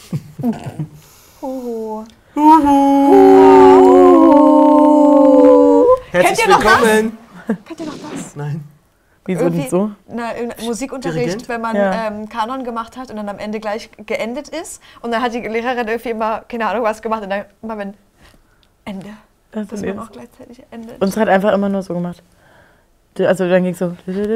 Herzlich willkommen. Kennt ihr noch das? Nein. Wieso denn so? Musikunterricht, Dirigent? wenn man Kanon gemacht hat und dann am Ende gleich geendet ist. Und dann hat die Lehrerin irgendwie immer, keine Ahnung, was gemacht. Und dann immer, wenn Ende. Dass man auch gleichzeitig endet. Uns hat einfach immer nur so gemacht. Also dann ging es so.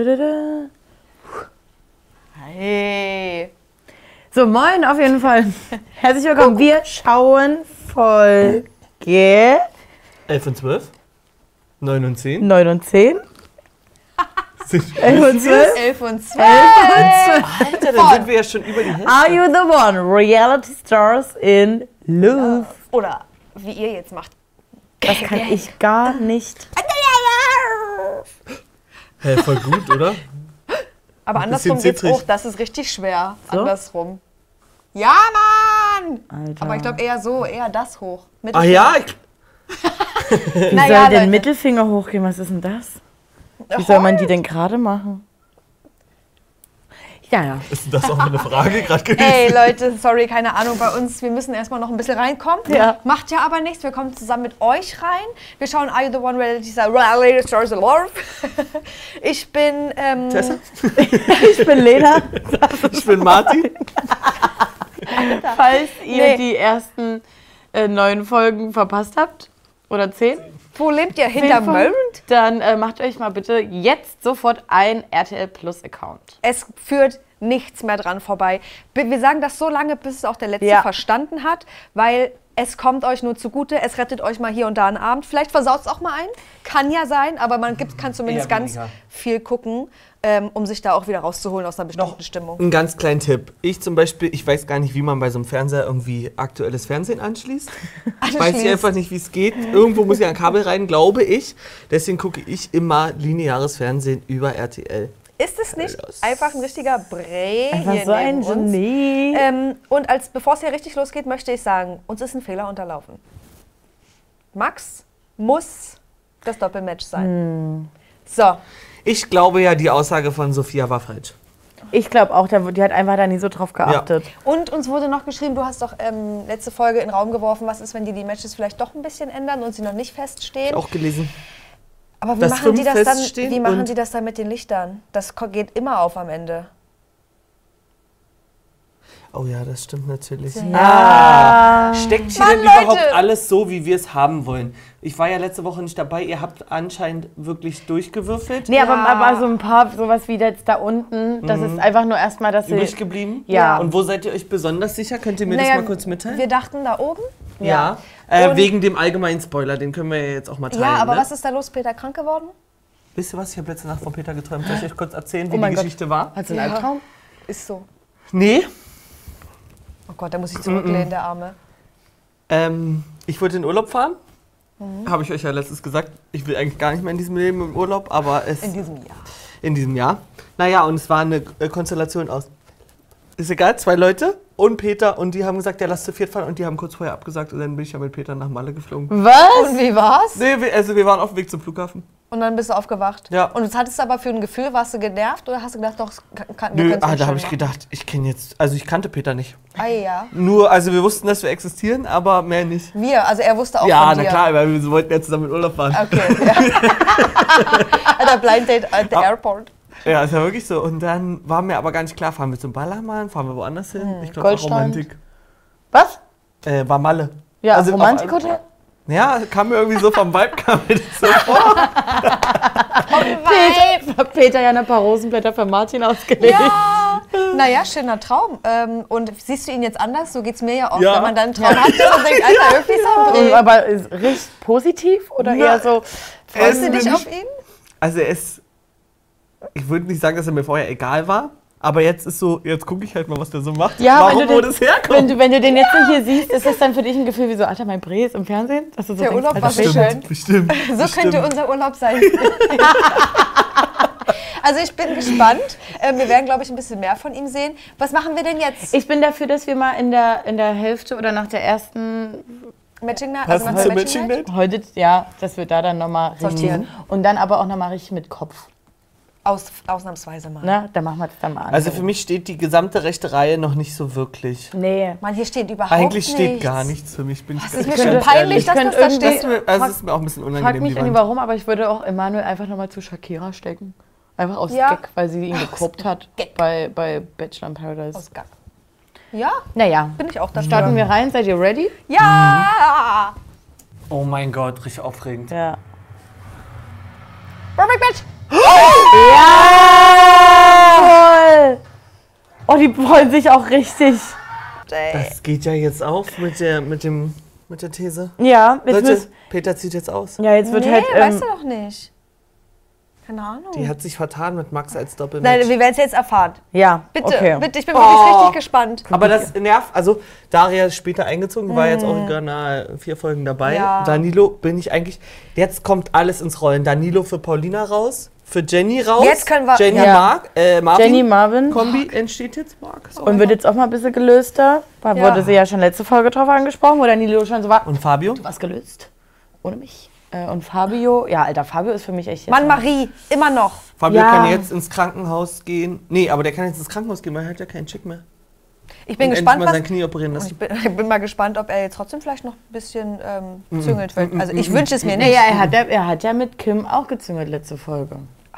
Hey. So, moin auf jeden Fall. Herzlich willkommen. Wir schauen Folge 11 und 12. 9 und 10. 9 und 10. 11 und 12. 11 und 12. Alter, dann sind wir ja schon über die Hälfte. Are you the one? Reality Stars in Love. Oder wie ihr jetzt macht. Das kann ich gar nicht. Hä, voll gut, oder? Aber Ein andersrum bisschen geht's zittrig. auch. Das ist richtig schwer. So? Andersrum. Ja, Mann! Alter. Aber ich glaube eher so, eher das hoch. Ach ja? Wie Naja, soll der Leute. Mittelfinger hochgehen? Was ist denn das? Wie soll man die denn gerade machen? Ja. Ist das auch eine Frage gerade gewesen? Ey Leute, sorry, keine Ahnung, bei uns, wir müssen erstmal noch ein bisschen reinkommen. Ja. Macht ja aber nichts, wir kommen zusammen mit euch rein. Wir schauen Are You The One Reality Stars in Love. Ich bin, Tessa? Ich bin Lena. Ich bin Martin. Falls ihr Nee. die ersten 9 Folgen verpasst habt, oder 10, wo lebt ihr? Hinterm Mond? dann macht euch mal bitte jetzt sofort ein RTL Plus Account. Es führt nichts mehr dran vorbei. Wir sagen das so lange, bis es auch der Letzte Ja. verstanden hat, weil es kommt euch nur zugute, es rettet euch mal hier und da einen Abend. Vielleicht versaut es auch mal einen, kann ja sein, aber kann zumindest Eher ganz weniger. viel gucken, um sich da auch wieder rauszuholen aus einer bestimmten Stimmung. Einen ganz kleinen Tipp. Ich zum Beispiel, ich weiß gar nicht, wie man bei so einem Fernseher irgendwie aktuelles Fernsehen anschließt. Weiß ich einfach nicht, wie es geht. Irgendwo muss ja ein Kabel rein, glaube ich. Deswegen gucke ich immer lineares Fernsehen über RTL. Ist es nicht einfach ein richtiger Brei Einfach hier so ein neben uns? Genie. Und bevor es hier richtig losgeht, möchte ich sagen, uns ist ein Fehler unterlaufen. Max muss das Doppelmatch sein. So, Ich glaube ja, die Aussage von Sophia war falsch. Ich glaube auch, die hat einfach da nie so drauf geachtet. und uns wurde noch geschrieben, du hast doch letzte Folge in den Raum geworfen, was ist, wenn die Matches vielleicht doch ein bisschen ändern und sie noch nicht feststehen. Auch gelesen. Aber wie dass machen die 5 das dann? feststehen Wie machen und- die das dann mit den Lichtern? Das geht immer auf am Ende. Oh ja, das stimmt natürlich. Ja. Steckt hier Mann, denn Leute! überhaupt alles so, wie wir es haben wollen? Ich war ja letzte Woche nicht dabei. Ihr habt anscheinend wirklich durchgewürfelt. Nee, Ja. aber so ein paar, sowas wie jetzt da unten, das ist einfach nur erstmal, dass sie... Übrig geblieben? Ja. Und wo seid ihr euch besonders sicher? Könnt ihr mir das mal kurz mitteilen? Wir dachten da oben. Ja. Und- Wegen dem allgemeinen Spoiler, den können wir ja jetzt auch mal teilen. Ja, aber ne? was ist da los? Peter krank geworden? Wisst ihr was? Ich habe letzte Nacht von Peter geträumt. Soll ich euch kurz erzählen, wie Oh mein die Gott. Geschichte war? Hat sie einen Albtraum? Ist so. Nee. Oh Gott, da muss ich zurücklehnen, der Arme. Ich wollte in Urlaub fahren. Habe ich euch ja letztens gesagt. Ich will eigentlich gar nicht mehr in diesem Leben im Urlaub, aber es... In diesem Jahr. In diesem Jahr. Naja, und es war eine Konstellation aus, ist egal, 2 Leute und Peter und die haben gesagt, ja, lass zu 4 fahren und die haben kurz vorher abgesagt und dann bin ich ja mit Peter nach Malle geflogen. Was? Und wie war's? Nee, wir waren auf dem Weg zum Flughafen. Und dann bist du aufgewacht. Ja. Und was hattest du aber für ein Gefühl? Warst du genervt oder hast du gedacht, doch, wir Nö, können's da nicht habe schön ich machen? gedacht, ich kannte Peter nicht. Ah ja. Nur, also wir wussten, dass wir existieren, aber mehr nicht. Wir, also er wusste auch Ja, von na dir. klar, weil wir wollten ja zusammen in Urlaub fahren. Okay. Ja. Alter, Blind Date at the Airport. Ja, ist ja wirklich so. Und dann war mir aber gar nicht klar, fahren wir zum Ballermann, fahren wir woanders hin? Ich glaube, Goldstein. Romantik. Was? War Malle. Ja, Also auf- Romantikhotel? Ja, kam mir irgendwie so vom Vibe, kam mir das so vor. Peter ja ein paar Rosenblätter für Martin ausgelegt. Ja. Naja, schöner Traum. Und siehst du ihn jetzt anders? So geht's mir ja oft, Ja. wenn man dann einen Traum hat und denkt, Alter, irgendwie ist er am Dreh. Aber ist richtig positiv oder Na, eher so... Freust du Er ist dich mir auf ihn? Also ich würde nicht sagen, dass er mir vorher egal war, aber jetzt ist so, jetzt gucke ich halt mal, was der so macht. Ja, warum, wenn du wo den- das herkommt. Wenn du den jetzt nicht hier siehst, ist das dann für dich ein Gefühl wie so, Alter, mein Bre ist im Fernsehen? Dass du so Der denkst, Urlaub Alter, war so Peter- schön. Bestimmt. So könnte unser Urlaub sein. Also ich bin gespannt. Wir werden, glaube ich, ein bisschen mehr von ihm sehen. Was machen wir denn jetzt? Ich bin dafür, dass wir mal in der Hälfte oder nach der ersten, Matching Night? Passend nach zur der Matching Night? Night? heute, ja, dass wir da dann nochmal Sortieren. richtig, und dann aber auch nochmal richtig mit Kopf. Ausnahmsweise mal. Na, dann machen wir das dann mal an. Also für mich steht die gesamte rechte Reihe noch nicht so wirklich. Nee. Mann, hier steht überhaupt Eigentlich nichts. steht gar nichts für mich. Das ist mir schon peinlich, dass das da steht. Also es ist mir auch ein bisschen Frag unangenehm. mich die nicht, Wand. warum, aber ich würde auch Emanuel einfach nochmal zu Shakira stecken. Einfach aus Gag, weil sie ihn gekorbt hat bei Bachelor in Paradise. Aus Gag. Ja, Naja, bin ich auch dafür. starten wir rein. Seid ihr ready? Ja! Oh mein Gott, richtig aufregend. Ja. Perfect Match! Jawohl! Oh, die freuen sich auch richtig. Das geht ja jetzt auf mit der These. Ja, jetzt Leute, Peter zieht jetzt aus. ja, jetzt wird Nee, halt. weißt du doch nicht. Keine Ahnung. Die hat sich vertan mit Max als Doppelmatch. Nein, wir werden es jetzt erfahren. Ja, Bitte, okay. bitte, ich bin wirklich richtig gespannt. Aber das nervt, also Daria ist später eingezogen, war jetzt original 4 Folgen dabei. Ja. Danilo bin ich eigentlich, jetzt kommt alles ins Rollen. Danilo für Paulina raus, für Jenny raus. Jetzt können wir- Jenny Ja. Marvin. Jenny Marvin. Kombi entsteht jetzt Mark. Und wird jetzt auch mal ein bisschen gelöster. Da Ja. wurde sie ja schon letzte Folge drauf angesprochen, wo Danilo schon so war. Und Fabio? Du warst gelöst. Ohne mich. Und Fabio, ja, Alter, Fabio ist für mich echt jetzt. Mann, Marie, immer noch. Fabio Ja. kann jetzt ins Krankenhaus gehen. Nee, aber der kann jetzt ins Krankenhaus gehen, weil er hat ja keinen Chick mehr. Ich bin Und gespannt, endlich mal was... sein Knie operieren lassen. Ich bin mal gespannt, ob er jetzt trotzdem vielleicht noch ein bisschen züngelt wird. Also ich wünsche es mir nicht. Naja, er hat ja mit Kim auch gezüngelt letzte Folge.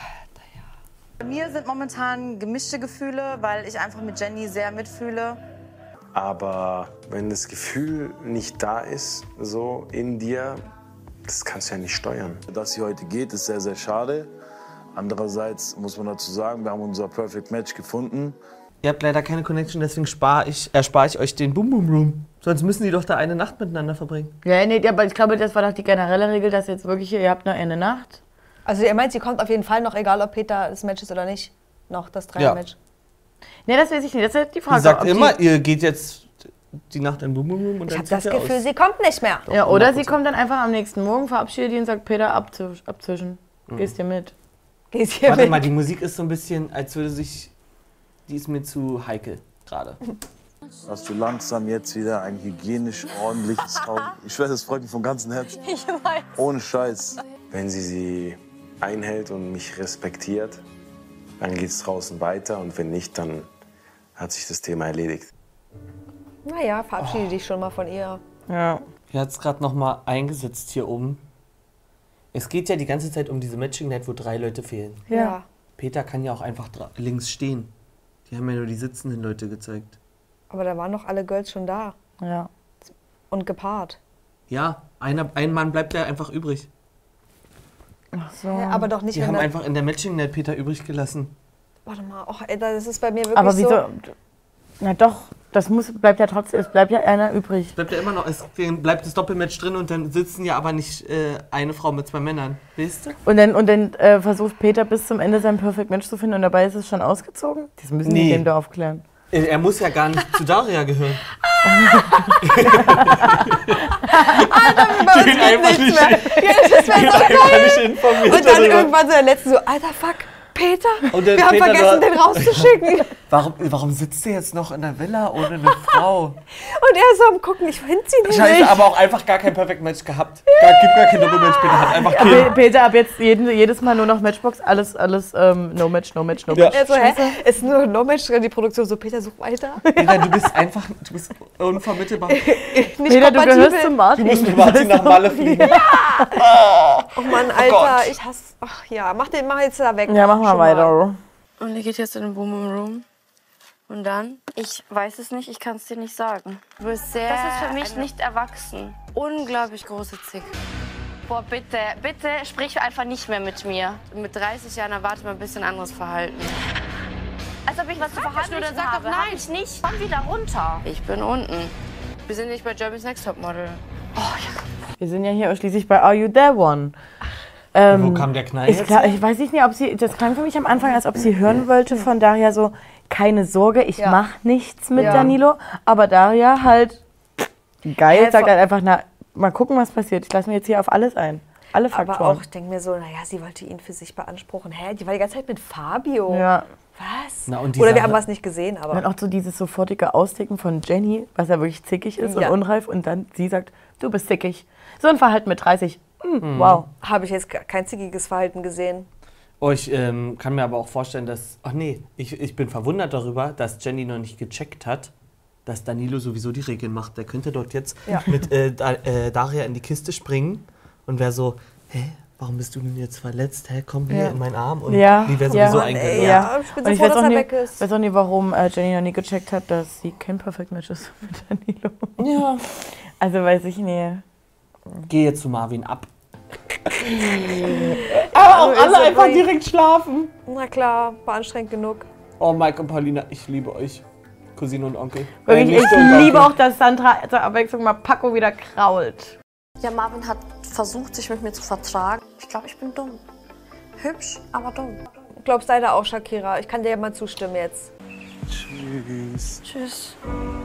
Bei mir sind momentan gemischte Gefühle, weil ich einfach mit Jenny sehr mitfühle. Aber wenn das Gefühl nicht da ist, so in dir, das kannst du ja nicht steuern. Dass sie heute geht, ist sehr, sehr schade. Andererseits muss man dazu sagen, wir haben unser Perfect Match gefunden. Ihr habt leider keine Connection, deswegen erspare ich euch den Boom Boom Room. Sonst müssen die doch da eine Nacht miteinander verbringen. Ja, nee, aber ich glaube, das war doch die generelle Regel, dass jetzt wirklich, ihr habt nur eine Nacht. Also ihr meint, sie kommt auf jeden Fall noch, egal ob Peter das Match ist oder nicht, noch das Dreier-Match. Nee, das weiß ich nicht. Das ist jetzt die Frage. Sie sagt ob immer, ihr geht jetzt die Nacht in den Boom Boom Room und Ich dann habe das zieht ihr Gefühl, aus. sie kommt nicht mehr. Ja, oder sie kommt dann einfach am nächsten Morgen, verabschiedet die und sagt, Peter, abzwischen. Gehst dir mit. Gehst hier Warte mit. mal, die Musik ist so ein bisschen, als würde sich... Die ist mir zu heikel gerade. Hast du langsam jetzt wieder ein hygienisch ordentliches Haus. Ich weiß, das freut mich von ganzem Herzen. Ich weiß. Ohne Scheiß. Wenn sie einhält und mich respektiert, dann geht es draußen weiter. Und wenn nicht, dann hat sich das Thema erledigt. Naja, verabschiede dich schon mal von ihr. Ja. Ich hat es gerade nochmal eingesetzt hier oben. Es geht ja die ganze Zeit um diese Matching Night, wo 3 Leute fehlen. Ja. Peter kann ja auch einfach links stehen. Die haben ja nur die sitzenden Leute gezeigt. Aber da waren noch alle Girls schon da. Ja. Und gepaart. Ja, ein Mann bleibt ja einfach übrig. Ach so. Ja, aber doch nicht, Die wenn haben da- einfach in der Matching Night Peter übrig gelassen. Warte mal, oh, ey, das ist bei mir wirklich Aber wieso? so... Na doch, bleibt ja trotzdem, es bleibt ja einer übrig. Bleibt ja immer noch, es bleibt das Doppelmatch drin und dann sitzen ja aber nicht eine Frau mit 2 Männern. Weißt du? Und dann versucht Peter bis zum Ende sein Perfect Match zu finden und dabei ist es schon ausgezogen? Das müssen Nee. die dem da aufklären. Er muss ja gar nicht zu Daria gehören. Bei uns geht nichts mehr. Ja, das wäre so geil. Und dann irgendwann so der Letzte so, alter Fuck, Peter, Und der wir haben Peter vergessen, da- den rauszuschicken. Warum sitzt der jetzt noch in der Villa ohne eine Frau? Und er so am Gucken, ich finde sie nicht. Scheiße, aber auch einfach gar kein Perfect Match gehabt. Gibt gar kein Doppelmatch, Peter hat einfach Kim. Peter, ab jetzt jedes Mal nur noch Matchbox, alles no Match, no Match, no Ja. Match. Er so, hä? Ist nur No-Match drin, die Produktion so, Peter, such weiter. Peter, du bist unvermittelbar. Nicht Peter, du kompatibel. gehörst zum Du Martin. musst mit Martin nach Malle fliegen. Oh Mann, Alter, Gott. ich hasse... Ach ja, mach jetzt da weg. Ja, mach mal Schon weiter. Und ihr geht jetzt in den Boom Boom Room. Und dann? Ich weiß es nicht, ich kann es dir nicht sagen. Du bist sehr... Das ist für mich nicht erwachsen. unglaublich große Zick. Boah, bitte, bitte sprich einfach nicht mehr mit mir. Mit 30 Jahren erwartet man ein bisschen anderes Verhalten. Als ob ich was zu verhalten oder sag doch habe. nein. Hab ich nicht. Komm wieder runter. Ich bin unten. Wir sind nicht bei Germany's Next Topmodel. Wir sind ja hier schließlich bei Are You There One? Wo kam der Knall jetzt? Ich weiß nicht, ob sie, das klang für mich am Anfang, als ob sie hören wollte von Daria so, keine Sorge, ich Ja. mach nichts mit Ja. Danilo. Aber Daria halt, geil, Hä, sagt vor- halt einfach, na, mal gucken, was passiert. Ich lasse mir jetzt hier auf alles ein. Alle Aber Faktoren. auch, ich denke mir so, naja, sie wollte ihn für sich beanspruchen. Hä, die war die ganze Zeit mit Fabio. Ja. Was? Na, und die Oder wir Sache- haben was nicht gesehen, aber... Und dann auch so dieses sofortige Austicken von Jenny, was ja wirklich zickig ist Ja. und unreif. Und dann sie sagt, du bist zickig. So ein Verhalten mit 30. Wow. Habe ich jetzt kein zickiges Verhalten gesehen. Oh, ich kann mir aber auch vorstellen, dass... Ach nee, ich bin verwundert darüber, dass Jenny noch nicht gecheckt hat, dass Danilo sowieso die Regeln macht. Der könnte dort jetzt mit Daria in die Kiste springen und wäre so, hä, warum bist du denn jetzt verletzt? Hä, komm hier in meinen Arm. Und die wäre sowieso eingegangen. Ja, ich bin so froh, dass er weg ist. Ich weiß auch nicht, warum Jenny noch nie gecheckt hat, dass sie kein Perfect Match ist mit Danilo. Ja. Also weiß ich nicht. Geh jetzt zu Marvin ab. Aber auch alle einfach direkt schlafen. Na klar, war anstrengend genug. Oh, Mike und Paulina, ich liebe euch. Cousine und Onkel. Ich liebe auch, dass Sandra zur Abwechslung mal Paco wieder krault. Ja, Marvin hat versucht, sich mit mir zu vertragen. Ich glaube, ich bin dumm. Hübsch, aber dumm. Ich glaube, leider auch, Shakira. Ich kann dir ja mal zustimmen jetzt. Tschüss. Tschüss.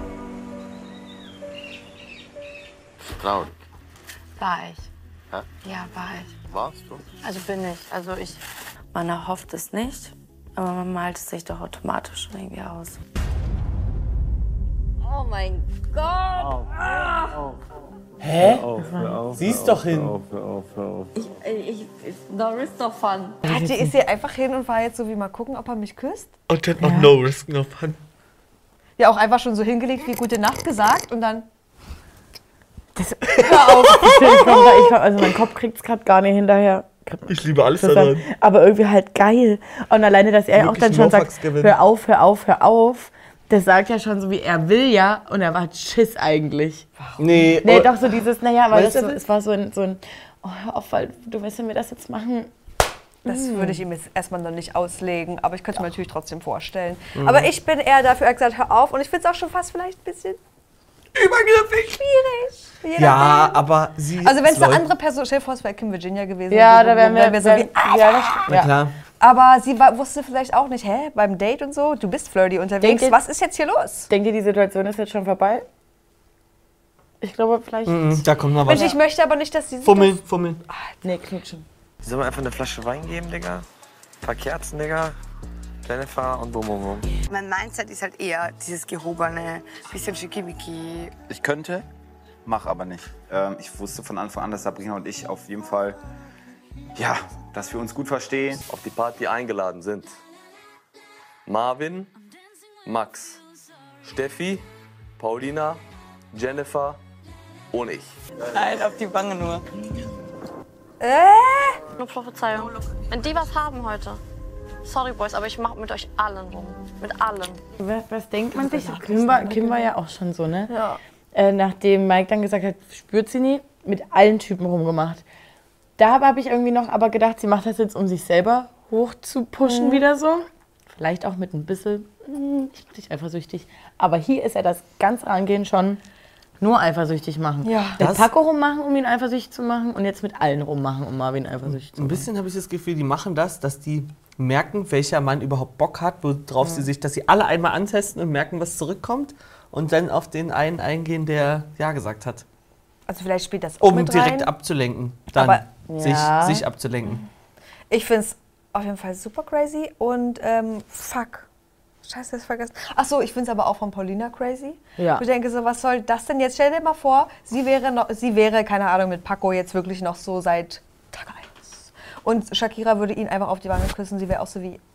Traurig. War ich. Hä? Ja, war ich. Warst du? Also bin ich. Also man erhofft es nicht, aber man malt es sich doch automatisch schon irgendwie aus. Oh mein Gott! Hä? Hör auf, Sieh's doch hin. Hör auf. No risk, no fun. Ist sie einfach hin und war jetzt so wie mal gucken, ob er mich küsst? Und dann noch no risk, no fun. Ja, auch einfach schon so hingelegt, wie gute Nacht gesagt und dann... Hör auf! Also mein Kopf kriegt's gerade gar nicht hinterher. Ich liebe alles daran. Aber irgendwie halt geil. Und alleine, dass er Wirklich auch dann schon sagt, No-Fucks-Gewinn. hör auf. Das sagt ja schon so, wie er will ja. Und er war Schiss eigentlich. Nee, Nee, doch so dieses, naja, weil Weißt du, es war so ein oh, hör auf, weil du weißt, wenn wir das jetzt machen. Das würde ich ihm jetzt erstmal noch nicht auslegen, aber ich könnte es mir natürlich trotzdem vorstellen. Aber ich bin eher dafür, er hat gesagt, hör auf. Und ich finde es auch schon fast vielleicht ein bisschen übergriffig. schwierig. Ja, aber sie. Also wenn es eine andere Person, stell dir vor, es wäre Kim Virginia gewesen. Ja, so, da wären wir so wie, Na klar. aber sie wusste vielleicht auch nicht, beim Date und so, du bist flirty unterwegs, was ist jetzt hier los? Denkt ihr, die Situation ist jetzt schon vorbei? Ich glaube, vielleicht. Da kommt noch was. Mensch, ich möchte aber nicht, dass sie... Fummeln. Nee, knutschen. Sollen wir einfach eine Flasche Wein geben, Digga? Ein paar Kerzen, Digga? Jennifer und bum. Mein Mindset ist halt eher dieses gehobene, bisschen schickimicki. Ich könnte, mach aber nicht. Ich wusste von Anfang an, dass Sabrina und ich auf jeden Fall, ja, dass wir uns gut verstehen. Auf die Party eingeladen sind Marvin, Max, Steffi, Paulina, Jennifer und ich. Nein, auf die Wange nur. Nur Prophezeiung. Wenn die was haben heute, sorry Boys, aber ich mach mit euch allen rum. Mit allen. Was denkt man sich? Kim war ja auch schon so, ne? Ja. Nachdem Mike dann gesagt hat, spürt sie nie, mit allen Typen rumgemacht. Da habe ich irgendwie noch aber gedacht, sie macht das jetzt, um sich selber hoch zu pushen wieder so. Vielleicht auch mit ein bisschen, ich bin nicht eifersüchtig. Aber hier ist er das ganze Angehen schon nur eifersüchtig machen. Ja. Mit Paco rummachen, um ihn eifersüchtig zu machen und jetzt mit allen rummachen, um Marvin eifersüchtig zu machen. Ein bisschen habe ich das Gefühl, die machen das, dass die merken, welcher Mann überhaupt Bock hat, worauf sie sich, dass sie alle einmal antesten und merken, was zurückkommt und dann auf den einen eingehen, der Ja gesagt hat. Also vielleicht spielt das auch Um mit direkt rein. abzulenken. Dann Aber, sich abzulenken. Ich finde es auf jeden Fall super crazy und fuck. Scheiße, das vergessen. Achso, ich finde es aber auch von Paulina crazy. Ja. Ich denke so, was soll das denn jetzt? Stell dir mal vor, sie wäre, keine Ahnung, mit Paco jetzt wirklich noch so seit Tag 1. Und Shakira würde ihn einfach auf die Wange küssen, sie wäre auch so wie...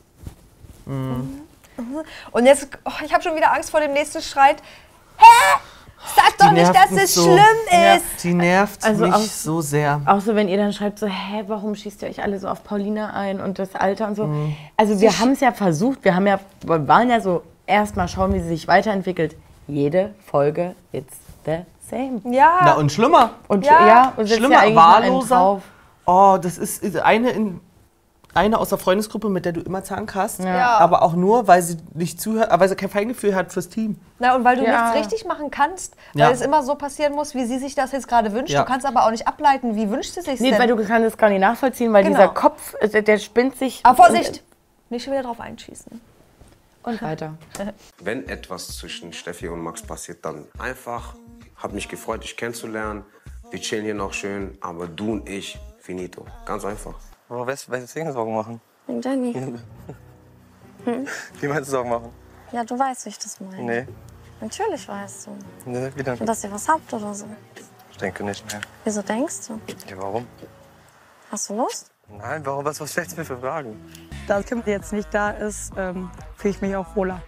Und jetzt, ich habe schon wieder Angst vor dem nächsten Streit. Hä? Sag doch nicht, dass es so. schlimm ist! Die nervt Also mich auch- so sehr. Auch so, wenn ihr dann schreibt so, warum schießt ihr euch alle so auf Paulina ein und das Alter und so. Also wir haben es ja versucht, wir waren ja so, erstmal schauen, wie sie sich weiterentwickelt. Jede Folge it's the same. Ja. Na und schlimmer. Und Ja. und setzt Schlimmer, ja eigentlich nur einen wahlloser. drauf. Oh, das ist eine aus der Freundesgruppe, mit der du immer Zank hast. Ja. Aber auch nur, weil sie nicht zuhört, weil sie kein Feingefühl hat fürs Team. Na, und weil du Ja. nichts richtig machen kannst, weil Ja. es immer so passieren muss, wie sie sich das jetzt gerade wünscht. Ja. Du kannst aber auch nicht ableiten, wie wünscht sie sich Nee, denn. weil du kannst es gar nicht nachvollziehen, weil Genau. dieser Kopf, der spinnt sich. Aber Vorsicht! Nicht schon wieder drauf einschießen. Und weiter. Wenn etwas zwischen Steffi und Max passiert, dann einfach, hab mich gefreut, dich kennenzulernen. Wir chillen hier noch schön, aber du und ich, finito. Ganz einfach. Aber weswegen Sorgen machen? Wegen Jenny. Wie meinst du Sorgen machen? Ja, du weißt, wie ich das meine. Nee. Natürlich weißt du. Nee, wie denn? Und dass ihr was habt oder so. Ich denke nicht mehr. Wieso denkst du? Ja, warum? Hast du Lust? Nein, warum? Was stellst du mir für Fragen? Da Kim jetzt nicht da ist, fühle ich mich auch wohler.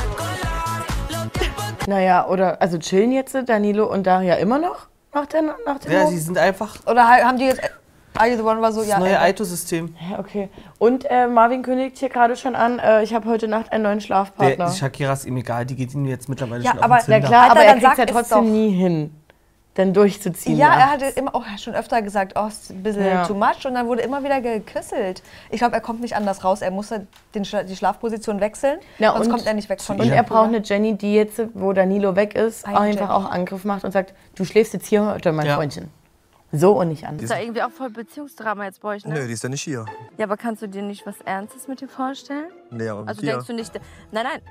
Naja, oder, also chillen jetzt Danilo und Daria immer noch nach dem Ja, sie sind einfach... Oder haben die jetzt... Are You The One war so, das ja. neue Aito-System. Ja, okay. Und Marvin kündigt hier gerade schon an, ich habe heute Nacht einen neuen Schlafpartner. Shakira ist ihm egal, die geht ihm jetzt mittlerweile Ja, schon auf aber den Zünder. Ja klar, aber er kriegt ja ist trotzdem nie hin, dann durchzuziehen. Ja, er nachts. hatte immer auch schon öfter gesagt, oh, ist ein bisschen too much. Und dann wurde immer wieder geküsselt. Ich glaube, er kommt nicht anders raus. Er muss halt die Schlafposition wechseln, sonst kommt er nicht weg von Und er braucht eine Jenny, die jetzt, wo Danilo weg ist, einfach auch Angriff macht und sagt, du schläfst jetzt hier unter mein Freundchen. So und nicht anders. Das ist ja irgendwie auch voll Beziehungsdrama jetzt bei euch, ne? Nö, die ist ja nicht hier. Ja, aber kannst du dir nicht was Ernstes mit dir vorstellen? Nee, aber mit Also dir. denkst du nicht... Nein, nein.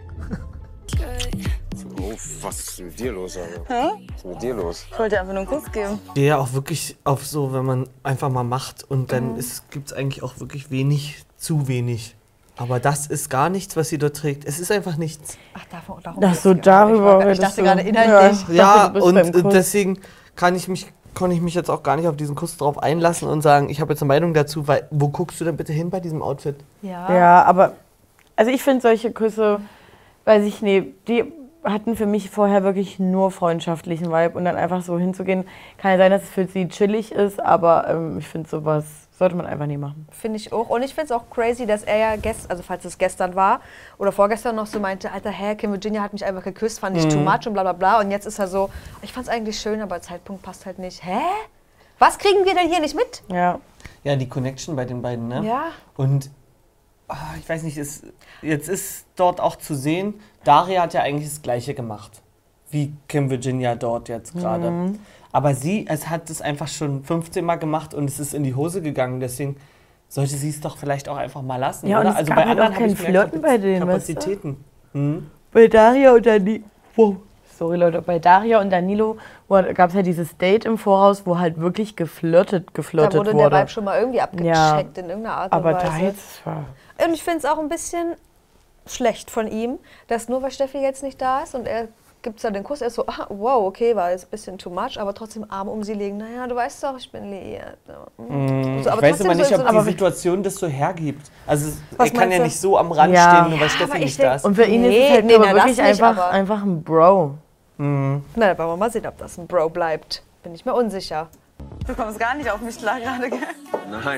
Oh, was ist mit dir los, Alter? Was ist mit dir los? Ich wollte dir einfach nur einen Kuss geben. Der ja auch wirklich auf so, wenn man einfach mal macht und dann gibt es eigentlich auch wirklich wenig, zu wenig. Aber das ist gar nichts, was sie dort trägt. Es ist einfach nichts. Ach, darum Ach so, darüber Ich dachte gerade inhaltlich. Ja, und deswegen konnte ich mich jetzt auch gar nicht auf diesen Kuss drauf einlassen und sagen, ich habe jetzt eine Meinung dazu, weil wo guckst du denn bitte hin bei diesem Outfit? Ja, aber also ich finde solche Küsse, weiß ich nicht, die hatten für mich vorher wirklich nur freundschaftlichen Vibe und dann einfach so hinzugehen, kann ja sein, dass es für sie chillig ist, aber ich finde sowas sollte man einfach nie machen. Finde ich auch. Und ich finde es auch crazy, dass er ja also falls es gestern war oder vorgestern noch so meinte, Alter, Kim Virginia hat mich einfach geküsst, fand ich too much und bla bla bla. Und jetzt ist er so, ich fand es eigentlich schön, aber der Zeitpunkt passt halt nicht. Hä? Was kriegen wir denn hier nicht mit? Ja. Ja, die Connection bei den beiden, ne? Ja. Und ich weiß nicht, jetzt ist dort auch zu sehen, Daria hat ja eigentlich das Gleiche gemacht, wie Kim Virginia dort jetzt gerade. Aber es hat es einfach schon 15 Mal gemacht und es ist in die Hose gegangen. Deswegen sollte sie es doch vielleicht auch einfach mal lassen. Ja, oder? und es gab halt auch kein Flirten bei denen, Kapazitäten. Bei Daria und Danilo. Wow. Sorry Leute, bei Daria und Danilo gab es ja dieses Date im Voraus, wo halt wirklich geflirtet Da wurde der Vibe schon mal irgendwie abgecheckt in irgendeiner Art und aber Weise. Da jetzt war und ich finde es auch ein bisschen schlecht von ihm, dass nur weil Steffi jetzt nicht da ist und er gibt es da den Kuss, er ist so, wow, okay, war jetzt ein bisschen too much, aber trotzdem Arm um sie legen. Naja, du weißt doch, ich bin liiert. So, aber ich weiß aber nicht, ob die Situation das so hergibt. Also er kann ja nicht so am Rand stehen, nur weil Steffi nicht da ist. Und für ihn ist es halt wirklich einfach ein Bro. Na, da wollen wir mal sehen, ob das ein Bro bleibt. Bin ich mir unsicher. Du kommst gar nicht auf mich klar gerade, gell? Nein.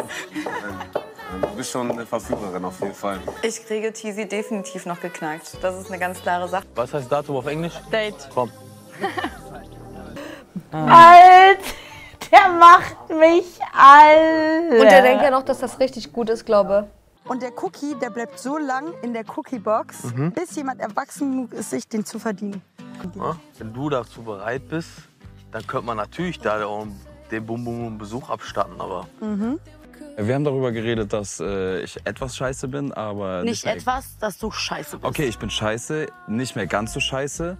Du bist schon eine Verführerin auf jeden Fall. Ich kriege Teasy definitiv noch geknackt. Das ist eine ganz klare Sache. Was heißt Datum auf Englisch? Date. Komm. Alt! Der macht mich alt! Und der denkt ja noch, dass das richtig gut ist, glaube ich. Und der Cookie, der bleibt so lang in der Cookie-Box, bis jemand erwachsen genug ist, sich den zu verdienen. Ja, wenn du dazu bereit bist, dann könnte man natürlich da auch den Bum-Bum-Besuch abstatten, aber... Wir haben darüber geredet, dass ich etwas scheiße bin, aber Nicht etwas, dass du scheiße bist. Okay, ich bin scheiße, nicht mehr ganz so scheiße.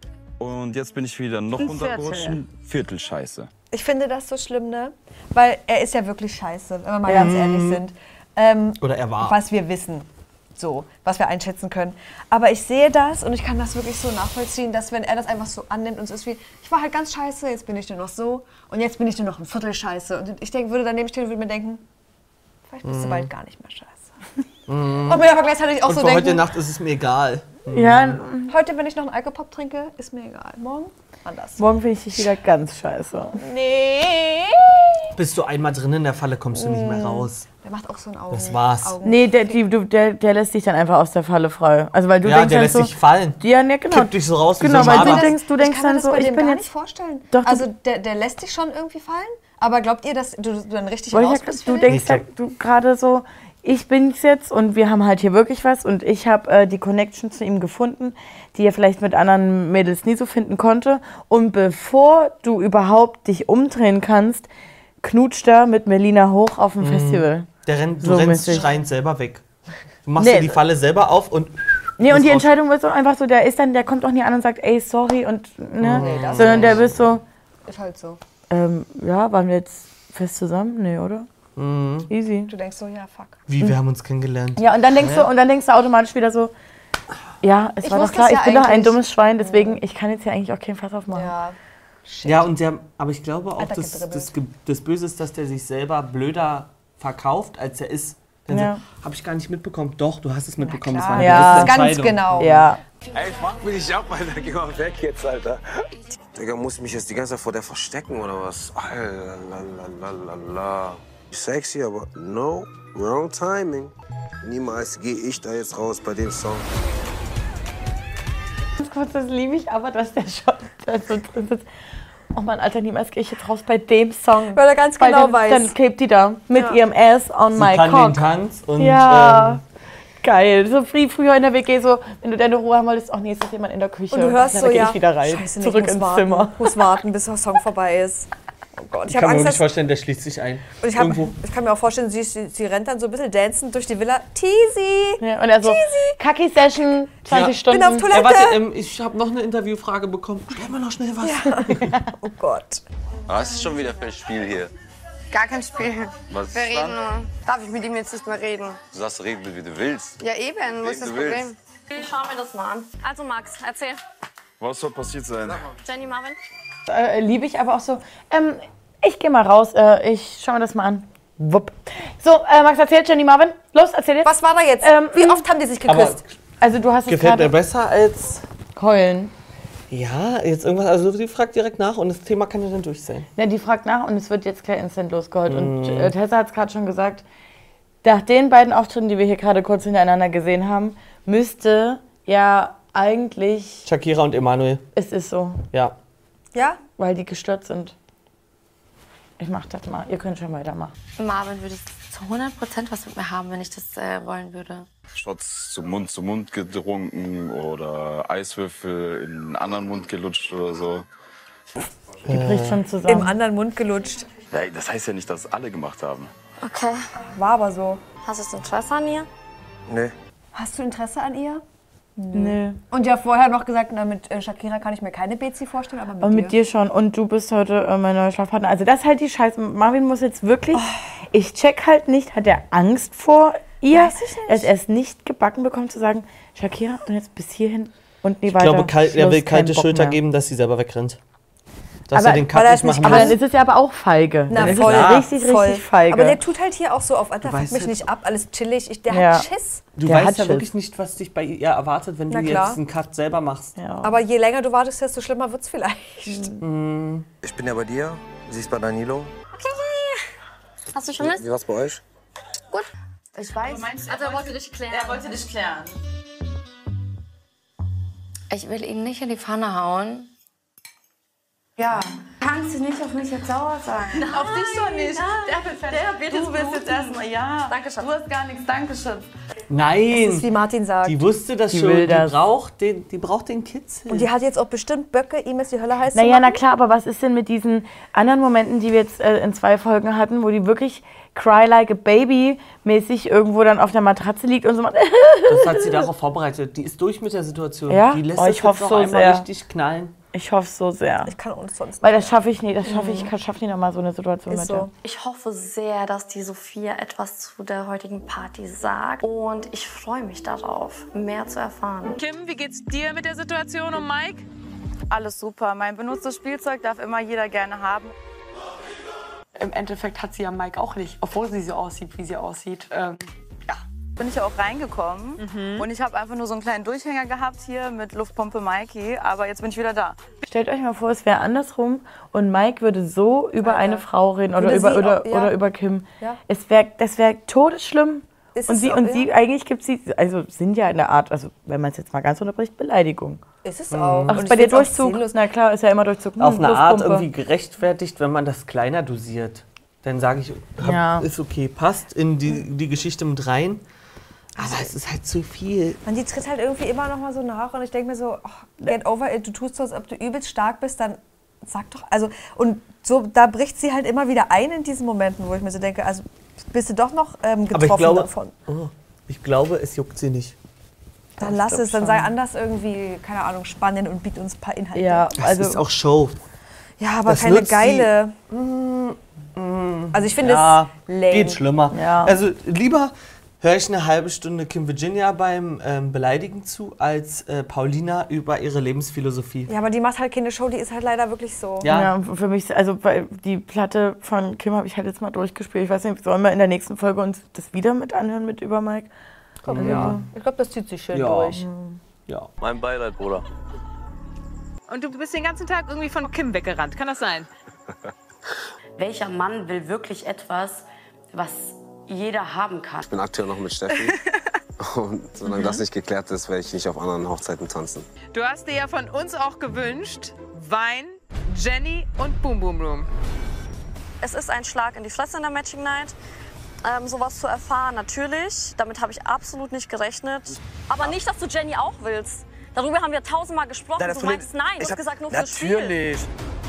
Und jetzt bin ich wieder noch runtergerutscht. Viertel scheiße. Ich finde das so schlimm, ne? Weil er ist ja wirklich scheiße, wenn wir mal ganz ehrlich sind. Oder er war. Was wir wissen. So, was wir einschätzen können. Aber ich sehe das und ich kann das wirklich so nachvollziehen, dass wenn er das einfach so annimmt und es ist wie, ich war halt ganz scheiße, jetzt bin ich nur noch so und jetzt bin ich nur noch ein Viertel scheiße. Und ich würde daneben stehen und würde mir denken, vielleicht bist du bald gar nicht mehr scheiße. Und mir aber gleichzeitig auch und so für denken, heute Nacht ist es mir egal. Ja, heute, wenn ich noch einen Alkopop trinke, ist mir egal. Morgen anders. morgen finde ich dich wieder ganz scheiße. Nee. Bist du einmal drin in der Falle, kommst du nicht mehr raus. Der macht auch so ein Auge. Das war's. Nee, der lässt dich dann einfach aus der Falle frei. Also weil du Ja, denkst der dann lässt so, dich fallen. Ja, ne, genau. Kippt dich so raus wie Genau, so ein weil Marder. du denkst Ich kann mir dann das so, bei ich dem bin gar jetzt nicht vorstellen. Doch, also der lässt dich schon irgendwie fallen, aber glaubt ihr, dass du dann richtig Weil raus ich bist? du Philipp? denkst halt, du gerade so, ich bin's jetzt und wir haben halt hier wirklich was und ich habe die Connection zu ihm gefunden, die er vielleicht mit anderen Mädels nie so finden konnte. Und bevor du überhaupt dich umdrehen kannst, knutscht er mit Melina hoch auf dem Festival. Du So rennst mäßig. schreiend selber weg. Du machst dir die Falle selber auf und... Nee, und die raus. Entscheidung wird so einfach so, der kommt auch nie an und sagt, ey, sorry und, ne, Nee, das sondern der nicht. wird so, Ist halt so. ja, waren wir jetzt fest zusammen? Nee, oder? Easy. Du denkst so, ja, fuck. Wie, wir haben uns kennengelernt. Ja, und dann denkst du automatisch wieder so, ja, es Ich war doch wusste klar, es ja ich bin doch ein eigentlich. dummes Schwein, deswegen, ich kann jetzt hier eigentlich auch kein Fass aufmachen. Ja. Ja, und aber ich glaube auch, Alter, das gedribbelt. Böse ist, dass der sich selber blöder verkauft, als er ist. Dann so, habe ich gar nicht mitbekommen. Doch, du hast es mitbekommen. Ja, das war eine bewusste ganz Entscheidung. genau. Ja. Ey, mach mich nicht ab, Alter. Geh mal weg jetzt, Alter. Digga, muss ich mich jetzt die ganze Zeit vor der verstecken oder was? Alter. Sexy, aber no, wrong timing. Niemals gehe ich da jetzt raus bei dem Song. Ganz kurz, das liebe ich, aber dass der schon da so drin sitzt. Oh Mann, Alter, niemals gehe ich jetzt raus bei dem Song. Weil er ganz genau weiß. Dann klebt die da mit ihrem Ass on my kann cock. den Tanz und Geil. So früher in der WG, so, wenn du deine Ruhe haben wolltest, ach nee, ist das jemand in der Küche. Und du hörst dann so, gehe ich wieder rein, Scheiße, zurück ins Zimmer. Ich muss warten, bis der Song vorbei ist. Oh Gott, Ich kann mir nicht vorstellen, der schließt sich ein. Und ich kann mir auch vorstellen, sie rennt dann so ein bisschen dancend durch die Villa. Teasy! Ja, und er so, Kaki-Session, 20 Stunden. Bin auf Toilette. Warte, ich habe noch eine Interviewfrage bekommen. Stell mal noch schnell was. Ja. Oh Gott. Was ist schon wieder für ein Spiel hier? Gar kein Spiel. Was Wir ist reden dann? nur. Darf ich mit ihm jetzt nicht mehr reden? Du sagst, reden, wie du willst. Ja, eben. Wo ist das du Problem? Ich schau mir das mal an. Also, Max, erzähl. Was soll passiert sein? Jenny, Marvin? Liebe ich aber auch so, ich gehe mal raus, ich schau mir das mal an. Wupp. So, Max, erzähl, Jenny, Marvin. Los, erzähl jetzt. Was war da jetzt? Wie oft haben die sich geküsst? Also du hast es Gefällt mir gerade besser als... heulen. Ja, jetzt irgendwas, also sie fragt direkt nach und das Thema kann ja dann durch sein. Ja, die fragt nach und es wird jetzt gleich instant losgeholt. Und Tessa hat es gerade schon gesagt, nach den beiden Auftritten, die wir hier gerade kurz hintereinander gesehen haben, müsste ja eigentlich... Shakira und Emanuel. Es ist so. Ja. Ja? Weil die gestört sind. Ich mach das mal. Ihr könnt schon weitermachen. Marvin würde zu 100% was mit mir haben, wenn ich das wollen würde. Shots zu Mund getrunken oder Eiswürfel in einen anderen Mund gelutscht oder so. Die bricht schon zusammen. Im anderen Mund gelutscht. Ja, das heißt ja nicht, dass es alle gemacht haben. Okay. War aber so. Hast du Interesse an ihr? Nee. Hast du Interesse an ihr? Nö. Und ja vorher noch gesagt, na, mit Shakira kann ich mir keine Bezi vorstellen, aber mit Und mit dir schon. Und du bist heute mein neuer Schlafpartner. Also das ist halt die Scheiße. Marvin muss jetzt wirklich... Ich check halt nicht, hat er Angst vor ihr, Weiß ich nicht. dass er es nicht gebacken bekommt, zu sagen, Shakira, und jetzt bis hierhin und nie Ich weiter. glaube, er will Schluss, kein kalte Bock Schulter mehr. geben, dass sie selber wegrennt. Dass Aber er den Cut weil er nicht es nicht machen Aber muss. dann ist es ja aber auch feige. Na, dann ist voll. es richtig, voll. richtig feige. Aber der tut halt hier auch so auf, Alter, fuck weißt mich halt- nicht ab, alles chillig. Der Ja. hat Schiss. Du Der weißt hat ja Schiss. wirklich nicht, was dich bei ihr erwartet, wenn Na du klar. jetzt einen Cut selber machst. ja. Aber je länger du wartest, desto schlimmer wird's vielleicht. Ich bin ja bei dir, sie ist bei Danilo. Okay. Hast du schon Lust? Wie war's bei euch? Gut. Ich weiß. Also er wollte dich klären. Er wollte dich klären. Ich will ihn nicht in die Pfanne hauen. Ja. Kannst du nicht auf mich jetzt sauer sein? Auf dich doch nicht. Du bist jetzt erstmal, ja. Danke, Schatz. Du hast gar nichts, danke, Schatz. Das Nein! ist, wie Martin sagt. Die wusste das Die schon. will Die das. braucht den Kitzel. Und die hat jetzt auch bestimmt Böcke, ihm ist die Hölle heiß zu Naja, machen. na klar, aber was ist denn mit diesen anderen Momenten, die wir jetzt in 2 Folgen hatten, wo die wirklich Cry Like a Baby mäßig irgendwo dann auf der Matratze liegt und so macht. Das hat sie darauf vorbereitet. Die ist durch mit der Situation. Ja? Die lässt Oh, es ich jetzt hoffe noch so einmal sehr. richtig knallen. Ich hoffe so sehr. Ich kann uns sonst Weil das schaffe ich nicht. Ich schaffe nicht nochmal so eine Situation Ist mit so. der. Ich hoffe sehr, dass die Sophia etwas zu der heutigen Party sagt. Und ich freue mich darauf, mehr zu erfahren. Kim, wie geht's dir mit der Situation um Mike? Alles super. Mein benutztes Spielzeug darf immer jeder gerne haben. Im Endeffekt hat sie ja Mike auch nicht, obwohl sie so aussieht, wie sie aussieht. Bin ich ja auch reingekommen und ich habe einfach nur so einen kleinen Durchhänger gehabt hier mit Luftpumpe Mikey, aber jetzt bin ich wieder da. Stellt euch mal vor, es wäre andersrum und Mike würde so über eine Frau reden oder Würde über, sie oder, auch, ja. oder über Kim. Ja. Das wäre todesschlimm. Ist Und es sie, auch, und ja? sie, eigentlich gibt sie, also sind ja in der Art, also wenn man es jetzt mal ganz unterbricht, Beleidigung. Ist es auch. Ach, Und ist ich bei dir find's auch Durchzug? sinnlos. Na klar, ist ja immer Durchzug. Auf eine Art Pluspumpe. irgendwie gerechtfertigt, wenn man das kleiner dosiert. Dann sage ich, Ja. ist okay, passt in die Geschichte mit rein. Aber es ist halt zu viel. Und die tritt halt irgendwie immer noch mal so nach und ich denke mir so, oh, get over it, du tust so, als ob du übelst stark bist, dann sag doch, also und so, da bricht sie halt immer wieder ein in diesen Momenten, wo ich mir so denke, also bist du doch noch getroffen Aber ich glaube, davon. Ich glaube, es juckt sie nicht. Dann lass es, dann sei anders irgendwie, keine Ahnung, spannend und biet uns ein paar Inhalte. Ja, Also ist auch Show. Ja, aber Das keine nutzt geile. Also ich finde Ja, es lame. geht schlimmer. Ja. Also lieber höre ich eine halbe Stunde Kim Virginia beim Beleidigen zu, als Paulina über ihre Lebensphilosophie. Ja, aber die macht halt keine Show, die ist halt leider wirklich so. Ja, für mich, also die Platte von Kim habe ich halt jetzt mal durchgespielt. Ich weiß nicht, sollen wir in der nächsten Folge uns das wieder mit anhören, mit über Mike? Ja. Ich glaube, das zieht sich schön Ja. durch. Ja. Mein Beileid, Bruder. Und du bist den ganzen Tag irgendwie von Kim weggerannt. Kann das sein? Welcher Mann will wirklich etwas, was jeder haben kann? Ich bin aktuell noch mit Steffi. Und solange das nicht geklärt ist, werde ich nicht auf anderen Hochzeiten tanzen. Du hast dir ja von uns auch gewünscht, Wein, Jenny und Boom Boom Room. Es ist ein Schlag in die Fresse in der Matching Night. Sowas zu erfahren, natürlich. Damit habe ich absolut nicht gerechnet. Aber nicht, dass du Jenny auch willst. Darüber haben wir 1000-mal gesprochen. Du meinst nein, du hast gesagt nur fürs Spiel. Natürlich.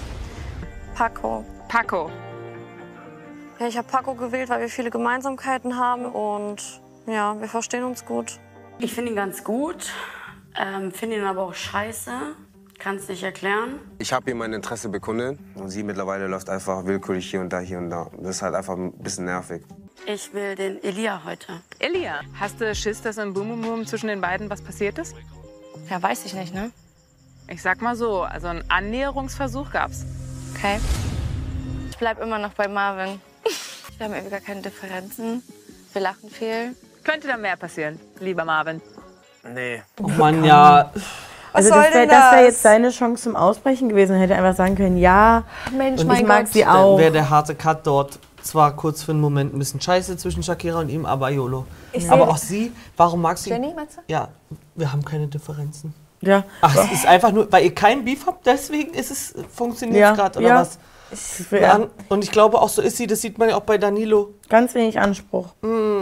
Paco. Paco. Ja, ich habe Paco gewählt, weil wir viele Gemeinsamkeiten haben und ja, wir verstehen uns gut. Ich finde ihn ganz gut, finde ihn aber auch scheiße. Kann es nicht erklären. Ich habe ihr mein Interesse bekundet und sie mittlerweile läuft einfach willkürlich hier und da, hier und da. Das ist halt einfach ein bisschen nervig. Ich will den Elia heute. Elia, hast du Schiss, dass im Boom Boom Room zwischen den beiden was passiert ist? Ja, weiß ich nicht, ne? Ich sag mal so, also einen Annäherungsversuch gab's. Okay. Ich bleib immer noch bei Marvin. Wir haben irgendwie gar keine Differenzen. Wir lachen viel. Könnte da mehr passieren, lieber Marvin? Nee. Oh Mann, ja. Also das wäre jetzt seine Chance zum Ausbrechen gewesen. Er hätte einfach sagen können, ja, Mensch, und ich mag sie auch. Dann wäre der harte Cut dort zwar kurz für einen Moment ein bisschen scheiße zwischen Shakira und ihm, aber YOLO. Ich Aber seh- auch sie, warum mag sie... Jenny, meinst du? Ja, wir haben keine Differenzen. Ja. Ach, es ist einfach nur, weil ihr keinen Beef habt, deswegen ist es, funktioniert Ja, es gerade, oder ja. was? Ja. Ja. Und ich glaube, auch so ist sie, das sieht man ja auch bei Danilo. Ganz wenig Anspruch.